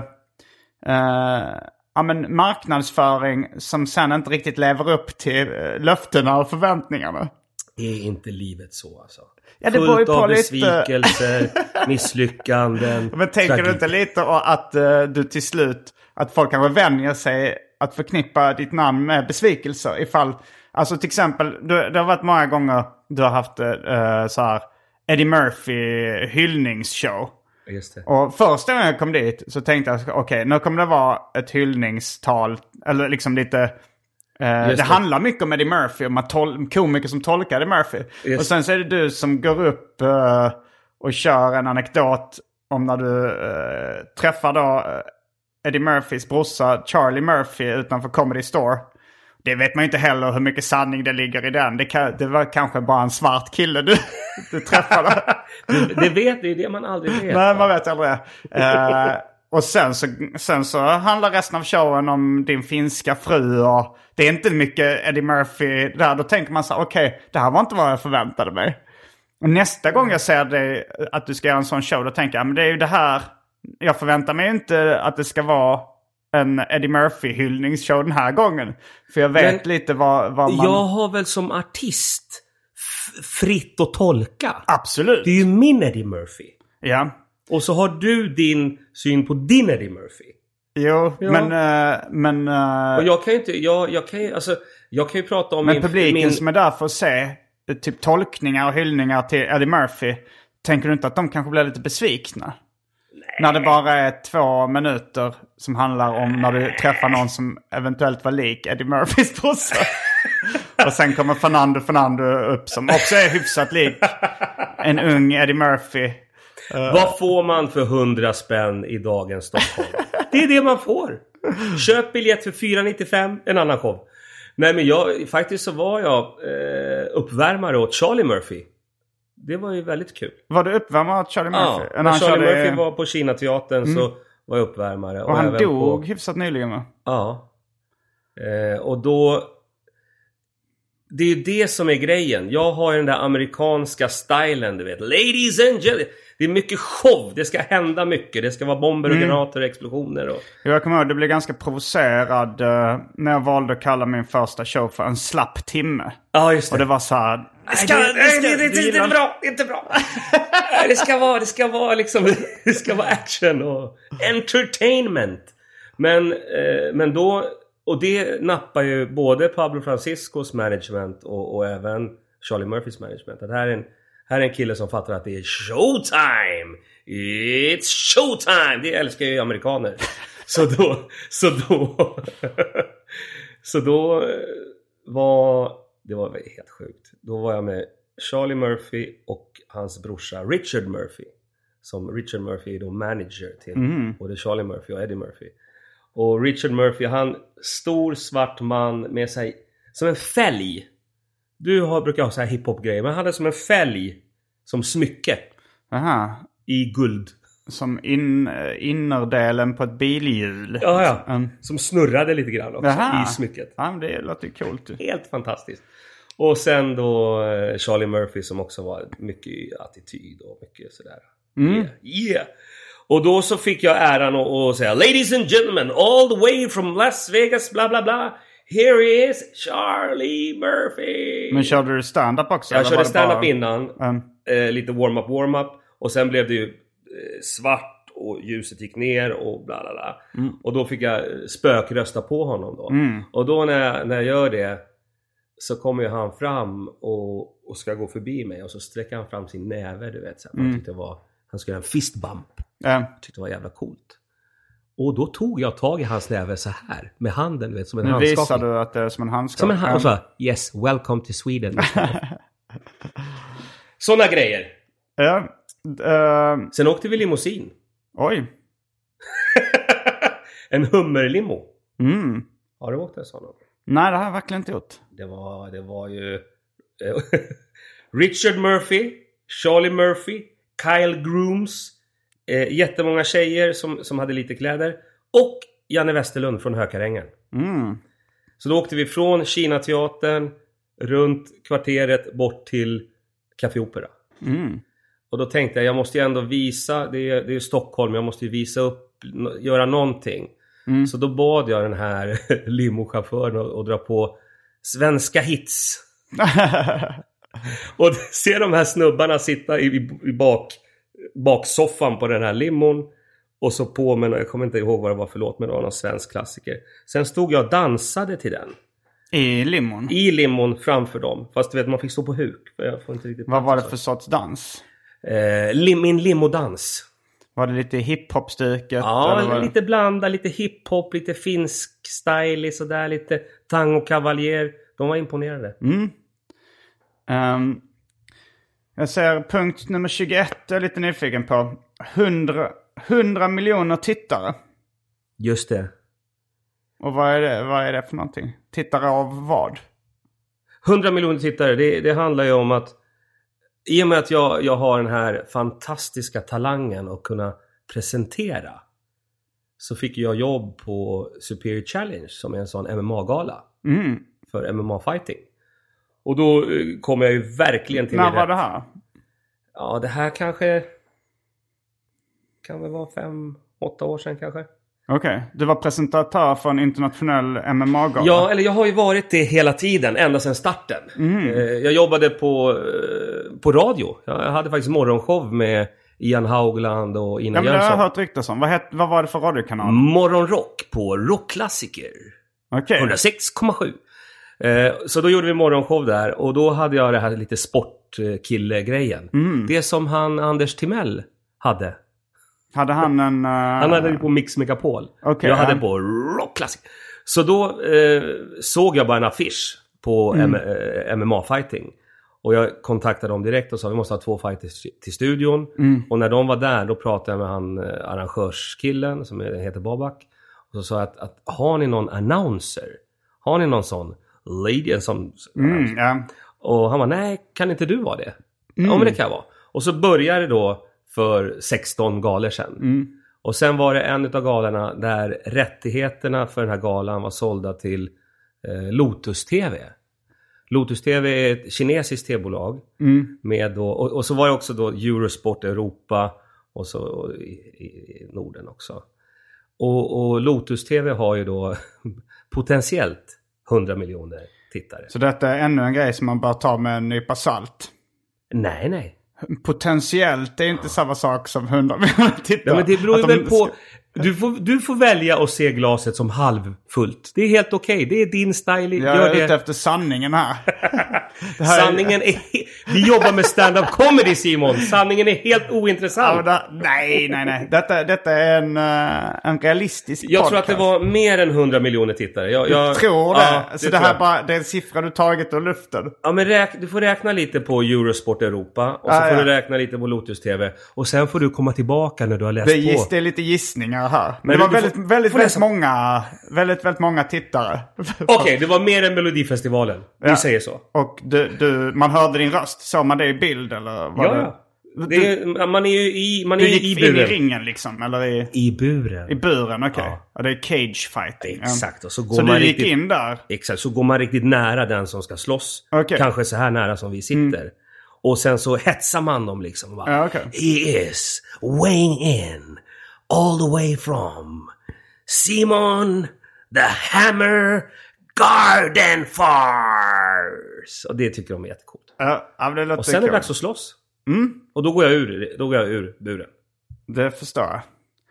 marknadsföring som sen inte riktigt lever upp till löftena och förväntningarna. Är inte livet så, alltså? Ja, det fullt av besvikelser, misslyckanden. Men tänker du inte lite att du till slut, att folk kanske vänjer sig att förknippa ditt namn med besvikelser? Ifall, alltså till exempel, det har varit många gånger du har haft så här Eddie Murphy hyllningsshow. Just det. Och första gången jag kom dit så tänkte jag, okej, nu kommer det vara ett hyllningstal, eller liksom lite... det handlar mycket om Eddie Murphy, om komiker som tolkar Eddie Murphy. Just. Och sen så är det du som går upp och kör en anekdot om när du träffar då Eddie Murphys brorsa Charlie Murphy utanför Comedy Store. Det vet man ju inte heller hur mycket sanning det ligger i den. Det var kanske bara en svart kille du träffade. det är det man aldrig vet. Nej, man vet aldrig det. Och sen så handlar resten av showen om din finska fru. Och det är inte mycket Eddie Murphy där. Då tänker man så här, okej, det här var inte vad jag förväntade mig. Och nästa gång jag ser dig att du ska göra en sån show, då tänker jag, men det är ju det här. Jag förväntar mig inte att det ska vara en Eddie Murphy-hyllningsshow den här gången. För jag vet lite vad man... Jag har väl som artist fritt att tolka. Absolut. Det är ju min Eddie Murphy. Ja. Och så har du din syn på din Eddie Murphy. Jo, ja. men och jag kan ju inte... Jag kan ju prata om men publiken som är där för att se typ tolkningar och hyllningar till Eddie Murphy. Tänker du inte att de kanske blir lite besvikna? Nej. När det bara är 2 minuter som handlar om när du träffar någon som eventuellt var lik Eddie Murphys brorsa. Och sen kommer Fernando upp som också är hyfsat lik en ung Eddie Murphy. Vad får man för 100 spänn i dagens Stockholm? Det är det man får. Köp biljett för 4,95, en annan show. Nej, men faktiskt så var jag uppvärmare åt Charlie Murphy. Det var ju väldigt kul. Var du uppvärmare åt Charlie Murphy? Ja, när Charlie Murphy var på Kina-teatern så var jag uppvärmare. Och han dog hyfsat nyligen, va? Ja. Och då... Det är ju det som är grejen. Jag har ju den där amerikanska stilen, du vet. Ladies and gentlemen. Det är mycket show. Det ska hända mycket. Det ska vara bomber och granater och explosioner. Och... Jag kommer ihåg, det blev ganska provocerad när jag valde att kalla min första show för en slapp timme. Ja, just det. Och det var så här... Det är bra. Det är inte bra. Det ska vara liksom... Det ska vara action och entertainment. Men då... Och det nappar ju både Pablo Franciscos management och även Charlie Murphys management. Att här är en kille som fattar att det är showtime. It's showtime. Det älskar ju amerikaner. Så då var... Det var helt sjukt. Då var jag med Charlie Murphy och hans brorsa Richard Murphy. Som Richard Murphy är då manager till både Charlie Murphy och Eddie Murphy. Och Richard Murphy, han stor svart man med sig som en fälg. Brukar ha så här hiphop-grejer, men han hade som en fälg som smycke. Aha. I guld. Som innerdelen på ett bilhjul. Ja. Som snurrade lite grann också. Aha. I smycket. Ja, men det låter coolt. Helt fantastiskt. Och sen då Charlie Murphy som också var mycket attityd och mycket sådär. Yeah. Och då så fick jag äran att säga: Ladies and gentlemen, all the way from Las Vegas, bla bla bla. Here is Charlie Murphy. Men körde du stand-up också? Jag körde stand-up innan. Lite warm-up. Och sen blev det ju svart och ljuset gick ner och bla bla bla. Och då fick jag spökrösta på honom då. Och då när jag gör det så kommer ju han fram och ska gå förbi mig. Och så sträcker han fram sin näve, du vet. Så han tyckte han skulle ha en fist bump. Tyckte det var jävla coolt. Och då tog jag tag i hans näve så här med handen, du vet, som en handskakning. Visar du att det är som en handskakning? Och så, yes, welcome to Sweden. Såna grejer. Sen åkte vi limousin. Oj. En hummerlimo. Har du åkt en sån? Nej, det har jag verkligen inte gjort. Det var ju Richard Murphy, Charlie Murphy, Kyle Grooms, jättemånga tjejer som hade lite kläder, och Janne Westerlund från Hökarängen. Så då åkte vi från Kina-teatern runt kvarteret bort till Café Opera. Och då tänkte jag måste ju ändå visa, det är Stockholm, jag måste ju visa upp, göra någonting. Så då bad jag den här limochauffören att dra på svenska hits. Och se de här snubbarna sitta i baksoffan på den här limon. Och så på, men jag kommer inte ihåg vad det var, förlåt, men det var någon svensk klassiker. Sen stod jag och dansade till den. I limon? I limon framför dem. Fast du vet, man fick stå på huk. Jag får inte riktigt. Vad var det för sorts dans? Min limodans. Var det lite hiphop-stycket? Ja, lite blanda, lite hiphop, lite finsk style, sådär, lite tango cavalier. De var imponerade. Jag ser punkt nummer 21, jag är lite nyfiken på. 100 miljoner tittare. Just det. Och vad är det för någonting? Tittare av vad? 100 miljoner tittare, det handlar ju om att i och med att jag har den här fantastiska talangen att kunna presentera så fick jag jobb på Superior Challenge som är en sån MMA-gala för MMA-fighting. Och då kom jag ju verkligen till När var det här? Ja, det här kanske kan väl vara 5-8 år sedan kanske. Okej, du var presentatör för en internationell MMA-gala. Ja, eller jag har ju varit det hela tiden, ända sedan starten. Jag jobbade på radio. Jag hade faktiskt morgonshow med Ian Haugland och Ina Jönsson. Det har jag hört ryktas om. Vad var det för radiokanal? Morgonrock på Rockklassiker. Okej. 106,7. Så då gjorde vi morgonshow där. Och då hade jag det här lite sportkille-grejen. Det som Anders Timell hade. Hade han en... Han hade det på Mix Megapol. Okay, jag hade på Rockklassiker. Så då såg jag bara en affisch på MMA-fighting. Och jag kontaktade dem direkt och sa vi måste ha 2 fighters till studion. Och när de var där då pratade jag med han arrangörskillen som heter Babak. Och så sa jag att har ni någon announcer? Har ni någon sån lady? En sån Och han var nej, kan inte du vara det? Ja, men det kan jag vara. Och så började det då för 16 galor sedan. Och sen var det en av galorna där rättigheterna för den här galan var sålda till Lotus TV. Lotus TV är ett kinesiskt tv-bolag. Med då, och så var det också då Eurosport Europa och så i Norden också. Och Lotus TV har ju då potentiellt 100 miljoner tittare. Så detta är ännu en grej som man bör ta med en nypa salt? Nej. Potentiellt är inte samma sak som 100 miljoner tittare. Ja, men det beror ju väl på... Du får välja att se glaset som halvfullt. Det är helt okej. Det är din style. Jag är ute efter sanningen här. Sanningen är... Vi jobbar med stand-up comedy, Simon. Sanningen är helt ointressant. Ja, nej. Detta är en realistisk Jag podcast. tror att det var mer än 100 miljoner tittare. Jag tror det. Ja, så det här bara, det är en siffra du tagit ur luften. Ja, men du får räkna lite på Eurosport Europa. Och så får du räkna lite på Lotus TV. Och sen får du komma tillbaka när du har läst på. Det är lite gissningar här. Men det var väldigt många tittare. Okej, det var mer än Melodifestivalen. Vi säger så. Och man hörde din röst. Såg man det i bild eller? Man är ju i buren. Du gick in i ringen liksom? Eller i buren. I buren, okej. Ja, det är cage fighting. Exakt. Och så du gick in där? Exakt, så går man riktigt nära den som ska slåss. Okay. Kanske så här nära som vi sitter. Och sen så hetsar man dem liksom. Bara, He is weighing in all the way from Simon the Hammer Gardenfors. Och det tycker de är jättecoolt. Det låter och sen är det dags att slåss. Och då går jag ur buren. Det förstår jag.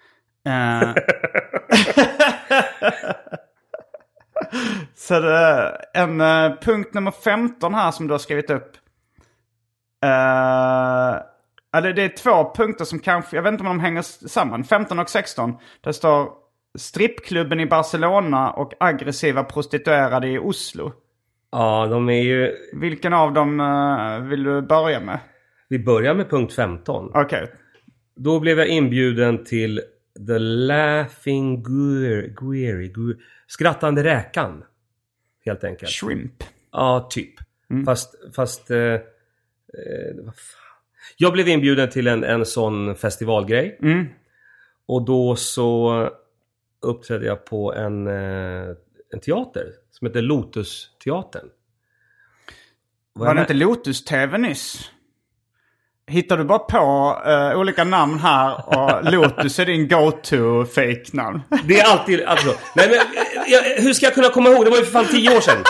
Så det är en punkt nummer 15 här som du har skrivit upp. Det är 2 punkter som kanske, jag vet inte om de hänger samman. 15 och 16. Det står strippklubben i Barcelona och aggressiva prostituerade i Oslo. Ja, de är ju... Vilken av dem vill du börja med? Vi börjar med punkt 15. Okej. Då blev jag inbjuden till The Laughing Guery. Skrattande räkan. Helt enkelt. Shrimp. Ja, typ. Fast jag blev inbjuden till en sån festivalgrej. Och då så uppträdde jag på en teater som heter Lotus-teatern. Var det inte Lotus-TV nyss? Hittar du bara på olika namn här och Lotus är din go-to-fake-namn? Det är alltid... Alltså, nej, men, hur ska jag kunna komma ihåg? Det var ju för fan 10 år sedan.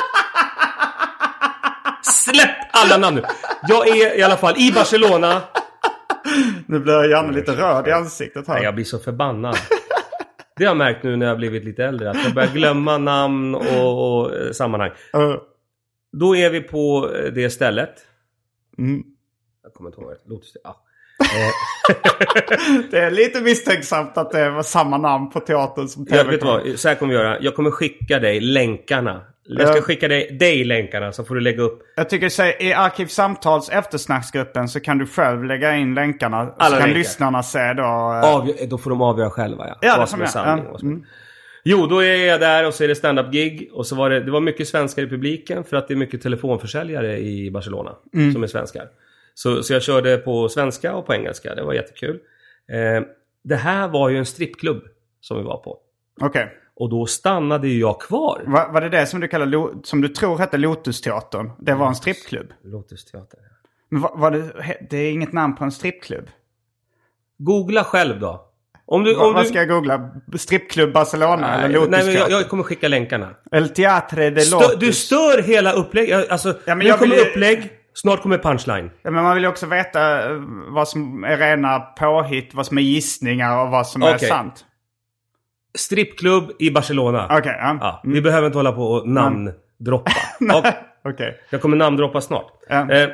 Släpp alla namn nu. Jag är i alla fall i Barcelona. Nu blir jag gärna lite röd i ansiktet här. Nej, jag blir så förbannad. Det har jag märkt nu när jag har blivit lite äldre. Att jag börjar glömma namn och sammanhang. Då är vi på det stället. Jag kommer inte ihåg det. Lotus. Ja. Det är lite misstänksamt att det var samma namn på teatern som TV. Vet du vad? Så här kommer vi göra. Jag kommer skicka dig länkarna. Jag ska skicka dig länkarna så får du lägga upp. Jag tycker att i Arkivsamtals eftersnacksgruppen så kan du själv lägga in länkarna. Alla så kan länkar. Lyssnarna se då... Då får de avgöra själva, ja. Ja, det som är. Jo, då är jag där och så är det stand-up-gig. Och så var det var mycket svenskar i publiken för att det är mycket telefonförsäljare i Barcelona som är svenskar. Så jag körde på svenska och på engelska. Det var jättekul. Det här var ju en strippklubb. som vi var på. Okej. Och då stannade jag kvar. Var det det som du kallar, som du tror hette Lotusteatern? Det var en strippklubb? Lotusteatern, ja. Men det är inget namn på en strippklubb? Googla själv då. Vad ska jag googla? Strippklubb Barcelona eller Lotusteatern? Nej, men jag kommer skicka länkarna. El Teatre de Lotus. Du stör hela upplägg. Alltså, nu kommer upplägg. Snart kommer punchline. Ja, men man vill ju också veta vad som är rena påhitt, vad som är gissningar och vad som är sant. Strippklubb i Barcelona. Okej, ja. Vi behöver inte hålla på och namndroppa. Okej. Jag kommer namndroppa snart. Ja.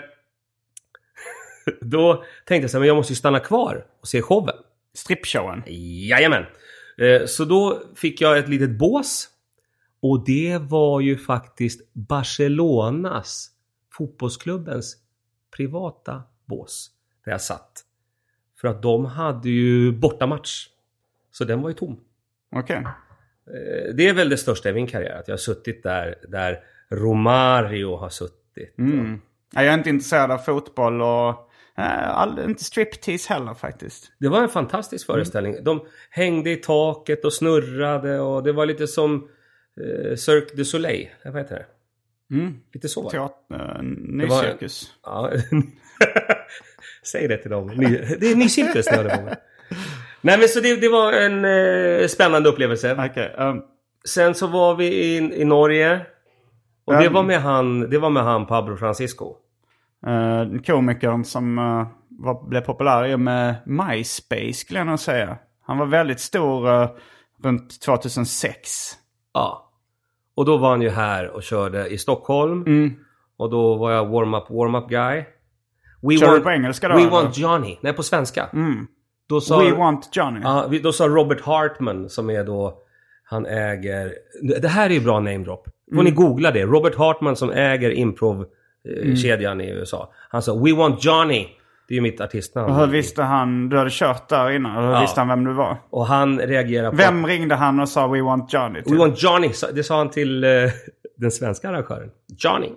Då tänkte jag så här, men jag måste ju stanna kvar och se showen. Strippshowen? Jajamän. Så då fick jag ett litet bås. Och det var ju faktiskt Barcelonas, fotbollsklubbens privata bås där jag satt. För att de hade ju bortamatch. Så den var ju tom. Okej. Det är väl det största i min karriär. Att jag har suttit där Romario har suttit. Jag är inte intresserad av fotboll och inte striptease heller faktiskt. Det var en fantastisk föreställning. De hängde i taket och snurrade. Och det var lite som Cirque du Soleil. Vad heter det? Lite så va? Ny cirkus. Ja. Säg det till dem. Det är ny cirkus. Nej men så det var en spännande upplevelse. Okay, Sen så var vi i Norge. Och det var med han Pablo Francisco. Komikern som blev populär med MySpace skulle jag nog säga. Han var väldigt stor runt 2006. Ja. Och då var han ju här och körde i Stockholm. Och då var jag warm-up guy. Kör på engelska då? We want Johnny. Nej, på svenska. Då sa, We want Johnny. Ja, då sa Robert Hartman som är då, han äger, det här är ju bra name drop. Får ni googla det. Robert Hartman som äger improv-kedjan i USA. Han sa We want Johnny. Det är ju mitt artistnamn. Och hur visste han, du hade kört där innan, hur visste han vem du var? Och han reagerade på... Vem ringde han och sa We want Johnny till? We want Johnny, det sa han till den svenska arrangören. Johnny.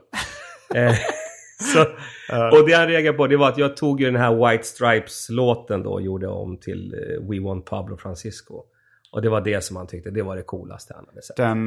Och det han reagerade på, det var att jag tog ju den här White Stripes-låten då och gjorde om till We want Pablo Francisco. Och det var det som han tyckte, det var det coolaste han hade sett. Den...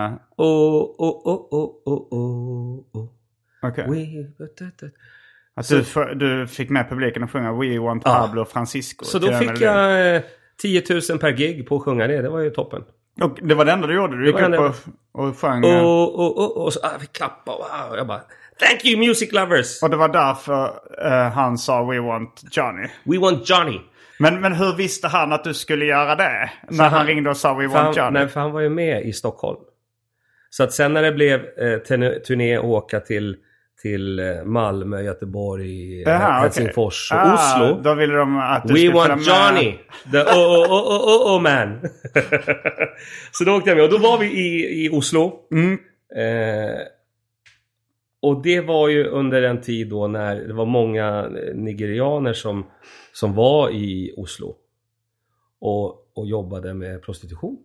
Okej. Att du fick med publiken att sjunga We want Pablo Francisco. Så då fick jag 10 000 per gig på att sjunga det. Det var ju toppen. Och det var det enda du gjorde? Du gick upp och sjöng? Och så vi klappade och jag bara Thank you music lovers! Och det var därför han sa We want Johnny. We want Johnny. Men hur visste han att du skulle göra det? När han ringde och sa We want Johnny? Nej, för han var ju med i Stockholm. Så att sen när det blev turné och åka till Malmö, Göteborg, Helsingfors och Oslo. Då ville de att du We skulle want Johnny! The man! Så då åkte jag med. Och då var vi i Oslo. Och det var ju under en tid då när det var många nigerianer som var i Oslo. Och jobbade med prostitution.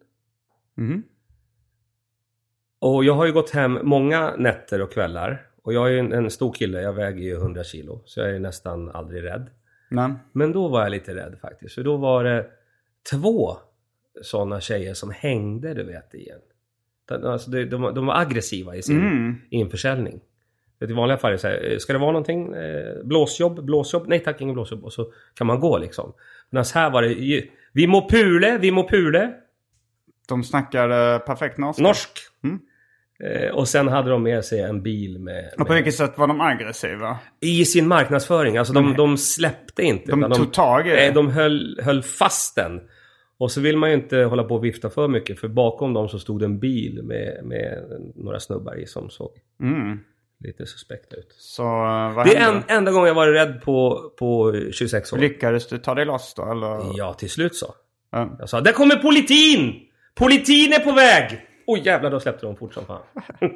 Och jag har ju gått hem många nätter och kvällar. Och jag är ju en stor kille, jag väger ju 100 kilo. Så jag är nästan aldrig rädd. Nej. Men då var jag lite rädd faktiskt. För då var det 2 sådana tjejer som hängde, du vet, igen. Alltså de var aggressiva i sin införsäljning. I vanliga fall är det så här, ska det vara någonting? Blåsjobb? Nej tack, ingen blåsjobb. Och så kan man gå liksom. Men här var det, vi må pule. De snackade perfekt norsk. Och sen hade de med sig en bil med... Och på vilket sätt var de aggressiva? I sin marknadsföring. Alltså de släppte inte. De tog tag i det? De höll fast den. Och så vill man ju inte hålla på och vifta för mycket. För bakom dem så stod det en bil med några snubbar i som såg lite suspekt ut. Så det är enda gången jag var rädd på 26 år. Lyckades du ta dig loss då? Eller? Ja, till slut så. Jag sa, där kommer politin! Politin är på väg! Oj jävlar, då släppte de fort som fan.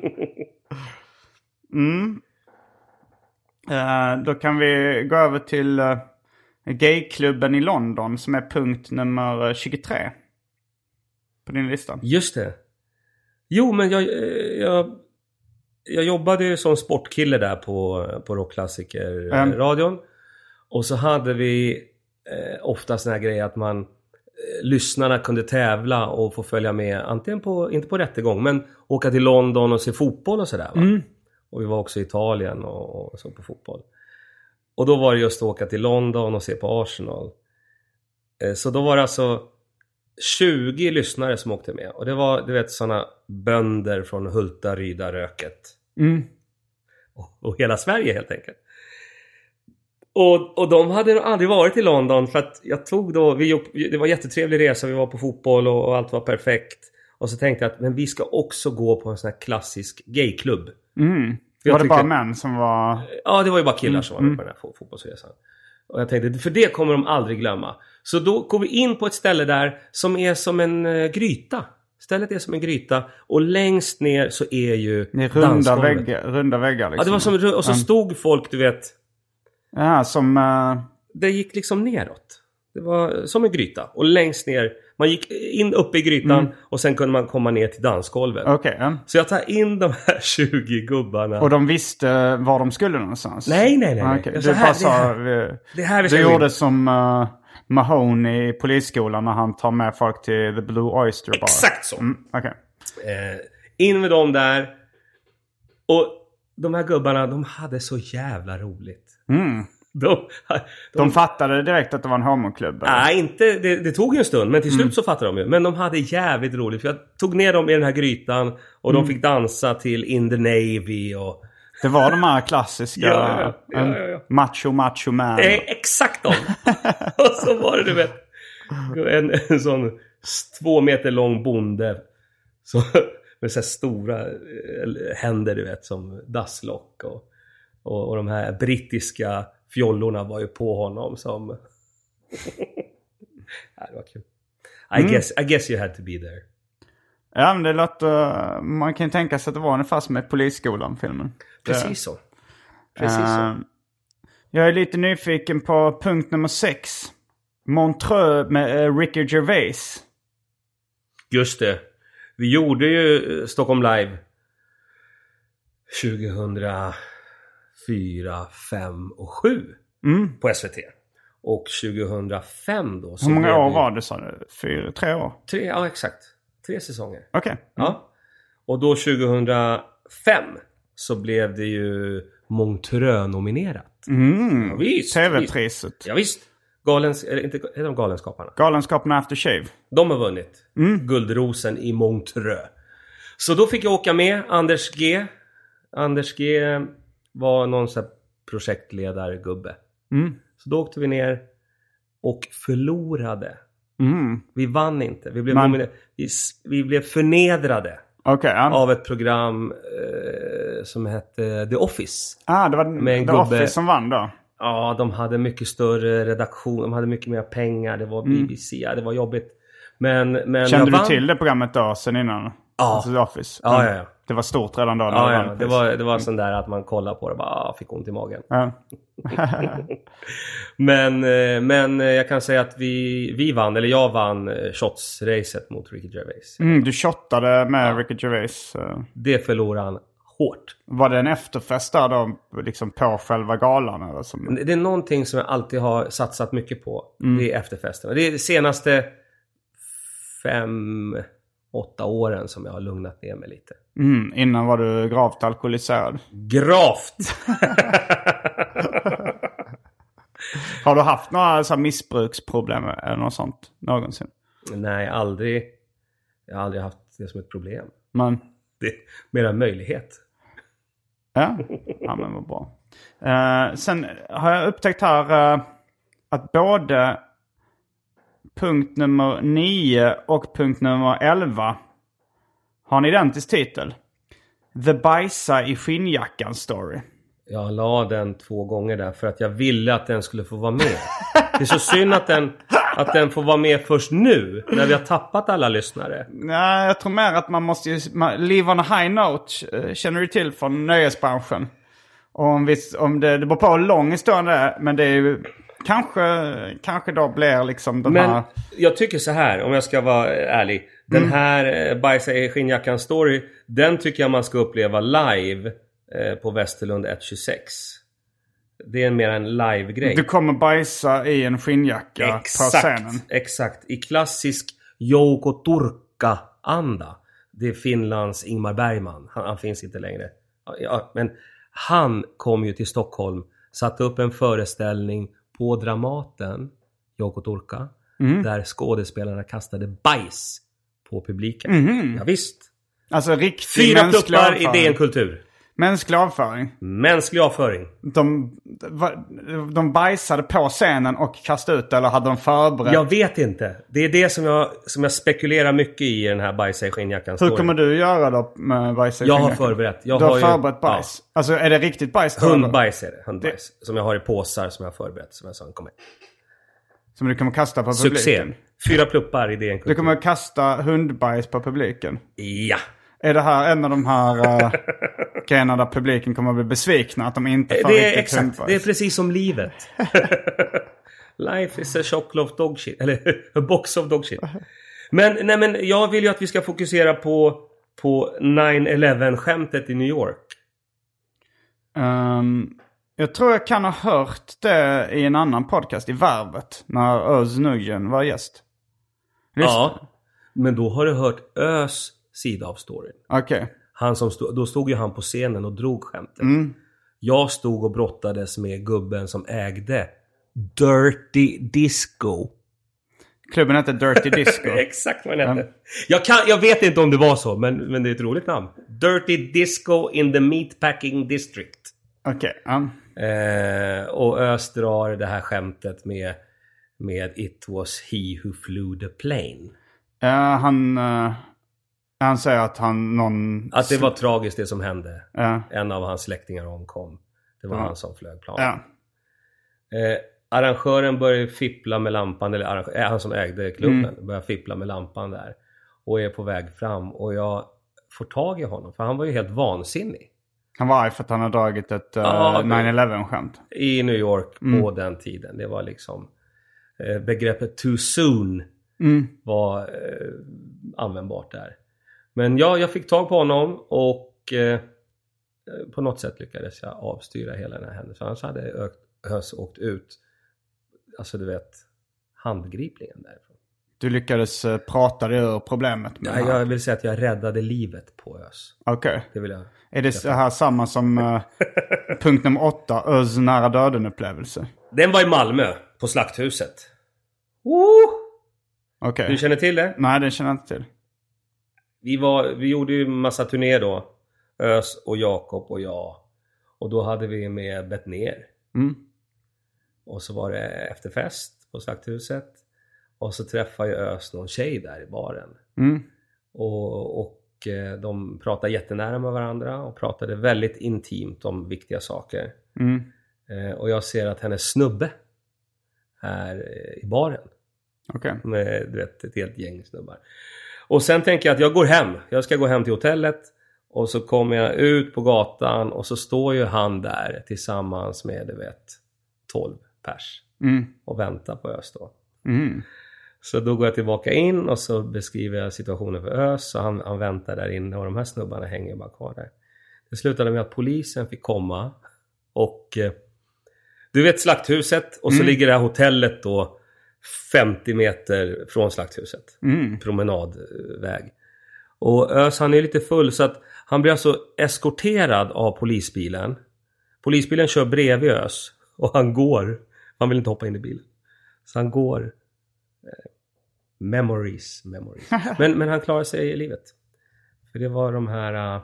Då kan vi gå över till gayklubben i London som är punkt nummer 23 på din lista. Just det. Jo, men jag jobbade ju som sportkille där på Rockklassiker radion. Och så hade vi ofta såna här grejer att man lyssnarna kunde tävla och få följa med antingen inte på rättegång, men åka till London och se fotboll och sådär, va? Och vi var också i Italien och så på fotboll. Och då var det just att åka till London och se på Arsenal. Så då var det alltså 20 lyssnare som åkte med. Och det var, du vet, sådana bönder från Hulta, Ryda, Röket. Och hela Sverige helt enkelt. Och de hade aldrig varit i London, för att jag tog då, det var en jättetrevlig resa, vi var på fotboll och allt var perfekt. Och så tänkte jag att men vi ska också gå på en sån här klassisk gayklubb. Var det bara män som var... Ja, det var ju bara killar som var med på den här fotbollsresan. Och jag tänkte, för det kommer de aldrig glömma. Så då går vi in på ett ställe där som är som en gryta. Stället är som en gryta. Och längst ner så är ju runda väggar liksom. Ja, det var som, och så stod folk, du vet. Ja, som... Det gick liksom neråt. Det var som en gryta. Och längst ner, man gick in uppe i grytan och sen kunde man komma ner till dansgolvet. Okay. Så jag tar in de här 20 gubbarna. Och de visste var de skulle någonstans? Nej. Okay. Du gjorde som Mahoney i polisskolan när han tar med folk till The Blue Oyster Bar. Exakt så. Okay. In med dem där. Och de här gubbarna, de hade så jävla roligt. De fattade direkt att det var en homoklubb? Nej, inte. Det tog ju en stund, men till slut så fattade de ju. Men de hade jävligt roligt, för jag tog ner dem i den här grytan och de fick dansa till In the Navy och... Det var de här klassiska ja. Macho man. Exakt de. Och så var det, du vet, en sån 2 meter lång bonde så, med så här stora händer, du vet, som dasslock och de här brittiska fjollorna var ju på honom som... Ja, det var kul. I guess you had to be there. Ja, men det låter... Man kan tänka sig att det var ungefär som med Polisskolan-filmen. Precis så. Jag är lite nyfiken på punkt nummer 6. Montreux med Ricky Gervais. Just det. Vi gjorde ju Stockholm Live 2004, 5 och 7 på SVT. Och 2005 då... Så hur många år var det, sa du? 3 år? 3, ja, exakt. 3 säsonger. Okej. Ja. Och då 2005 så blev det ju Montreux-nominerat. Ja, visst, TV-priset. Ja, visst. Heter de Galenskaparna? Galenskaparna After Shave. De har vunnit Guldrosen i Montreux. Så då fick jag åka med Anders G. Anders G var någon sån här projektledargubbe. Så då åkte vi ner och förlorade. Vi vann inte. Vi blev förnedrade av ett program som hette The Office. Det var The Office som vann då? Ja, de hade mycket större redaktion. De hade mycket mer pengar. Det var BBC. Ja, det var jobbigt. Men kände du till det programmet då sen innan? Ja. Alltså The Office? Ja. Det var stort redan då? Ja. Det var sån där att man kollar på det och bara fick ont i magen. Ja. men jag kan säga att vi vann, eller jag vann shots-racet mot Ricky Gervais. Du shottade med Ricky Gervais. Det förlorade han hårt. Var det en efterfest där då, liksom på själva galan? Eller som... Det är någonting som jag alltid har satsat mycket på. Det är efterfesten. Det är de senaste 5-8 åren som jag har lugnat ner mig lite. Innan var du gravt alkoholiserad. Gravt! Har du haft några så här missbruksproblem eller något sånt någonsin? Nej, aldrig. Jag har aldrig haft det som ett problem. Men det är mer en möjlighet. Ja, men vad bra. Sen har jag upptäckt här att både punkt nummer 9 och punkt nummer 11 har en identisk titel. The bajsa i skinnjackan story. Jag la den 2 gånger där för att jag ville att den skulle få vara med. Det är så synd att den får vara med först nu när vi har tappat alla lyssnare. Nej, jag tror mer att man måste live on a high note. Känner du till från nöjesbranschen? Och om det beror på hur lång historien det är, men det är ju kanske då blir liksom den här... Men jag tycker så här, om jag ska vara ärlig. Den här bajsa i skinnjackan story, den tycker jag man ska uppleva live på Västerlund 126. Det är mer en live-grej. Du kommer bajsa i en skinnjacka på scenen. Exakt. I klassisk Jouko Turkka-anda. Det är Finlands Ingmar Bergman. Han finns inte längre. Ja, men han kom ju till Stockholm. Satte upp en föreställning på Dramaten, Jouko Turkka. Där skådespelarna kastade bajs på publiken. Ja, visst. Alltså riktig 4 pluppar i DN Kultur. Mänsklig avföring. Mänsklig avföring. De bajsade på scenen och kastade ut, eller hade de förberett? Jag vet inte. Det är det som jag spekulerar mycket i den här bajsa i skinnjackan. Hur kommer du göra då med bajsa i skinnjackan? Jag har förberett. Du har förberett bajs? Ja. Alltså är det riktigt bajs? Hundbajs är det. Hundbajs. Som jag har i påsar som jag har förberett. Som jag sa kommer. Som du kommer kasta på Succé. publiken? 4 pluppar i DN Kultur. Du kommer kasta hundbajs på publiken? Ja. Är det här en av de här grejerna där publiken kommer att bli besvikna att de inte får riktigt exakt. hundbajs? Det är precis som livet. Life is a chocolate of dog shit. Eller a box of dog shit. Men jag vill ju att vi ska fokusera på 9/11-skämtet i New York. Jag tror jag kan ha hört det i en annan podcast, i Värvet, när Özz Nujen var gäst. Ja, men då har du hört Özz sida av storyn. Okej. Då stod ju han på scenen och drog skämtet. Jag stod och brottades med gubben som ägde Dirty Disco. Klubben heter Dirty Disco. Exakt vad den hette. Jag vet inte om det var så, men det är ett roligt namn. Dirty Disco in the Meatpacking District. Okej. Och Özz drar det här skämtet med It was he who flew the plane. Han säger att att det var tragiskt det som hände. En av hans släktingar omkom. Det var han som flög planet. Arrangören började fippla med lampan, eller han som ägde klubben började fippla med lampan där och är på väg fram, och jag får tag i honom för han var ju helt vansinnig. Han var arg för att han har dragit ett 9/11-skämt i New York på den tiden. Det var liksom begreppet too soon var användbart där. Men jag fick tag på honom och på något sätt lyckades jag avstyra hela den här händelsen. Annars hade Özz åkt ut, alltså du vet, handgripligen därifrån. Du lyckades prata dig ur problemet med jag vill säga att jag räddade livet på Özz. Okej. Det vill jag. Är det så här samma som punkt nummer 8, Özz nära döden-upplevelse? Den var i Malmö, på Slakthuset. Okej. Du känner till det? Nej, det känner jag inte till. Vi gjorde ju massa turné då. Özz och Jakob och jag. Och då hade vi med Bettner. Och så var det efterfest på Slakthuset. Och så träffade ju Özz någon tjej där i baren. Och de pratade jättenära med varandra. Och pratade väldigt intimt om viktiga saker. Och jag ser att hennes snubbe är i baren. Okej. Med, du vet, ett helt gäng snubbar. Och sen tänker jag att jag går hem. Jag ska gå hem till hotellet. Och så kommer jag ut på gatan. Och så står ju han där tillsammans med, du vet, 12 pers. Och väntar på Özz då. Så då går jag tillbaka in. Och så beskriver jag situationen för Özz. Så han väntar där inne. Och de här snubbarna hänger bara kvar där. Det slutade med att polisen fick komma. Och du vet Slakthuset. Och så ligger det här hotellet då 50 meter från Slakthuset. Promenadväg. Och Özz, han är lite full, så att han blir alltså eskorterad av polisbilen. Polisbilen kör bredvid Özz. Och han går. Han vill inte hoppa in i bilen. Så han går. Memories. Men han klarar sig i livet. För det var de här...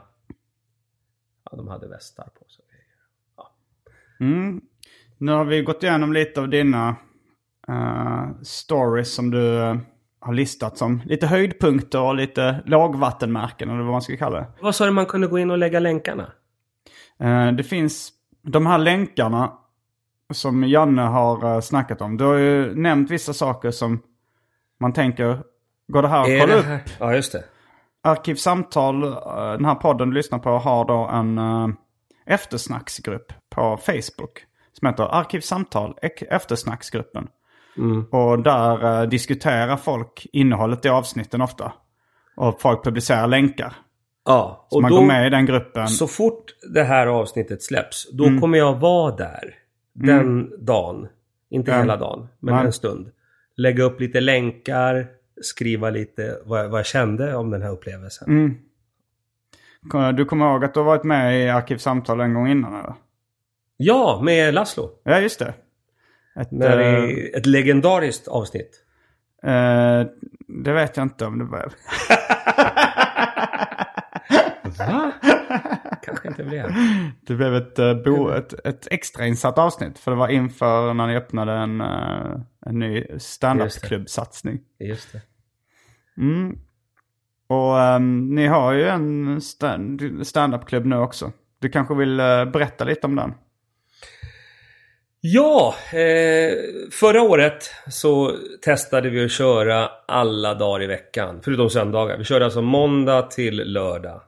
de hade västar på sig. Ja. Nu har vi gått igenom lite av dina stories som du har listat som lite höjdpunkter och lite lågvattenmärken, eller vad man ska kalla det. Vad sa du, man kunde gå in och lägga länkarna? Det finns de här länkarna som Janne har snackat om. Du har ju nämnt vissa saker som man tänker, går det här att kolla upp? Ja, just det. Arkivsamtal, den här podden du lyssnar på, har då en eftersnacksgrupp på Facebook som heter Arkivsamtal, eftersnacksgruppen. Och där diskuterar folk innehållet i avsnitten ofta. Och folk publicerar länkar. Ja, så och man går med i den gruppen. Så fort det här avsnittet släpps, då kommer jag vara där den dagen. Inte hela dagen, men en stund. Lägga upp lite länkar, skriva lite vad jag kände om den här upplevelsen. Du kommer ihåg att du har varit med i Arkivsamtal en gång innan, eller? Ja, med Laszlo. Ja, just det. Ett legendariskt avsnitt. Det vet jag inte om det blev. Va? Kanske inte blev. Det blev ett extra insatt avsnitt. För det var inför när ni öppnade en ny stand-up-klubbsatsning. Just det. Och ni har ju en stand-up-klubb nu också. Du kanske vill berätta lite om den? Ja, förra året så testade vi att köra alla dagar i veckan. Förutom söndagar. Vi körde alltså måndag till lördag.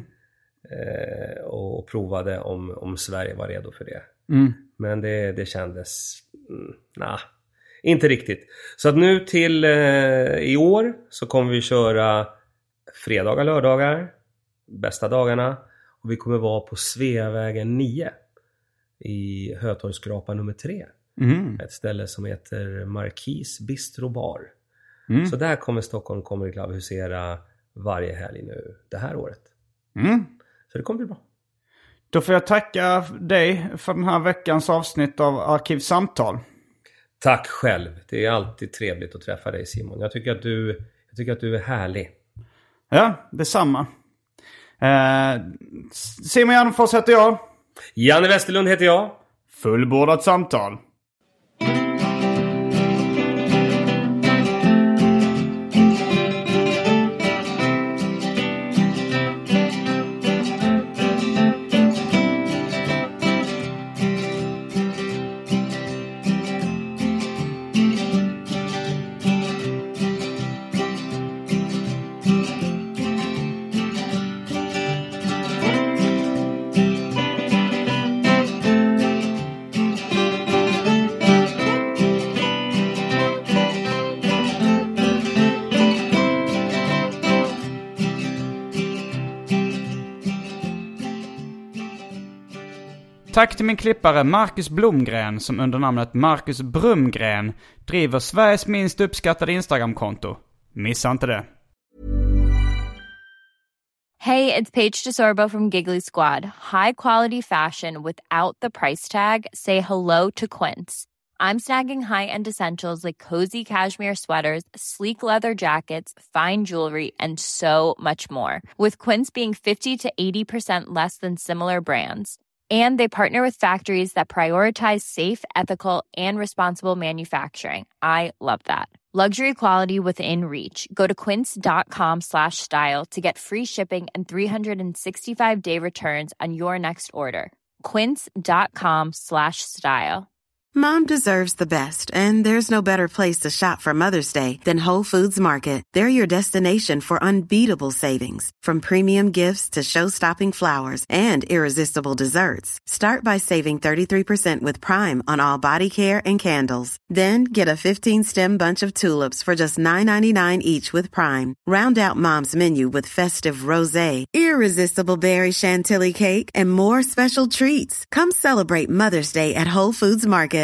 Och provade om Sverige var redo för det. Men det kändes inte riktigt. Så att nu till i år så kommer vi köra fredagar, lördagar, bästa dagarna. Och vi kommer vara på Sveavägen 9 i Hötorgsskrapa nummer 3. Ett ställe som heter Marquis Bistro Bar. Så där kommer Stockholm Comedy Club husera varje helg nu det här året. Så det kommer bli bra. Då får jag tacka dig för den här veckans avsnitt av Arkivsamtal. Tack själv. Det är alltid trevligt att träffa dig, Simon. Jag tycker att du är härlig. Ja, detsamma. Simon Gärdenfors heter jag. Janne Westerlund heter jag. Fullbordat samtal. Tack till min klippare Marcus Blomgren som under namnet Marcus Brumgren driver Sveriges minst uppskattade Instagram-konto. Missa inte det. Hey, it's Paige DeSorbo from Giggly Squad. High quality fashion without the price tag. Say hello to Quince. I'm snagging high-end essentials like cozy cashmere sweaters, sleek leather jackets, fine jewelry, and so much more. With Quince being 50 to 80% less than similar brands. And they partner with factories that prioritize safe, ethical, and responsible manufacturing. I love that. Luxury quality within reach. Go to quince.com/style to get free shipping and 365-day returns on your next order. Quince.com/style. Mom deserves the best, and there's no better place to shop for Mother's Day than Whole Foods Market. They're your destination for unbeatable savings, from premium gifts to show-stopping flowers and irresistible desserts. Start by saving 33% with Prime on all body care and candles. Then get a 15-stem bunch of tulips for just $9.99 each with Prime. Round out Mom's menu with festive rosé, irresistible berry chantilly cake, and more special treats. Come celebrate Mother's Day at Whole Foods Market.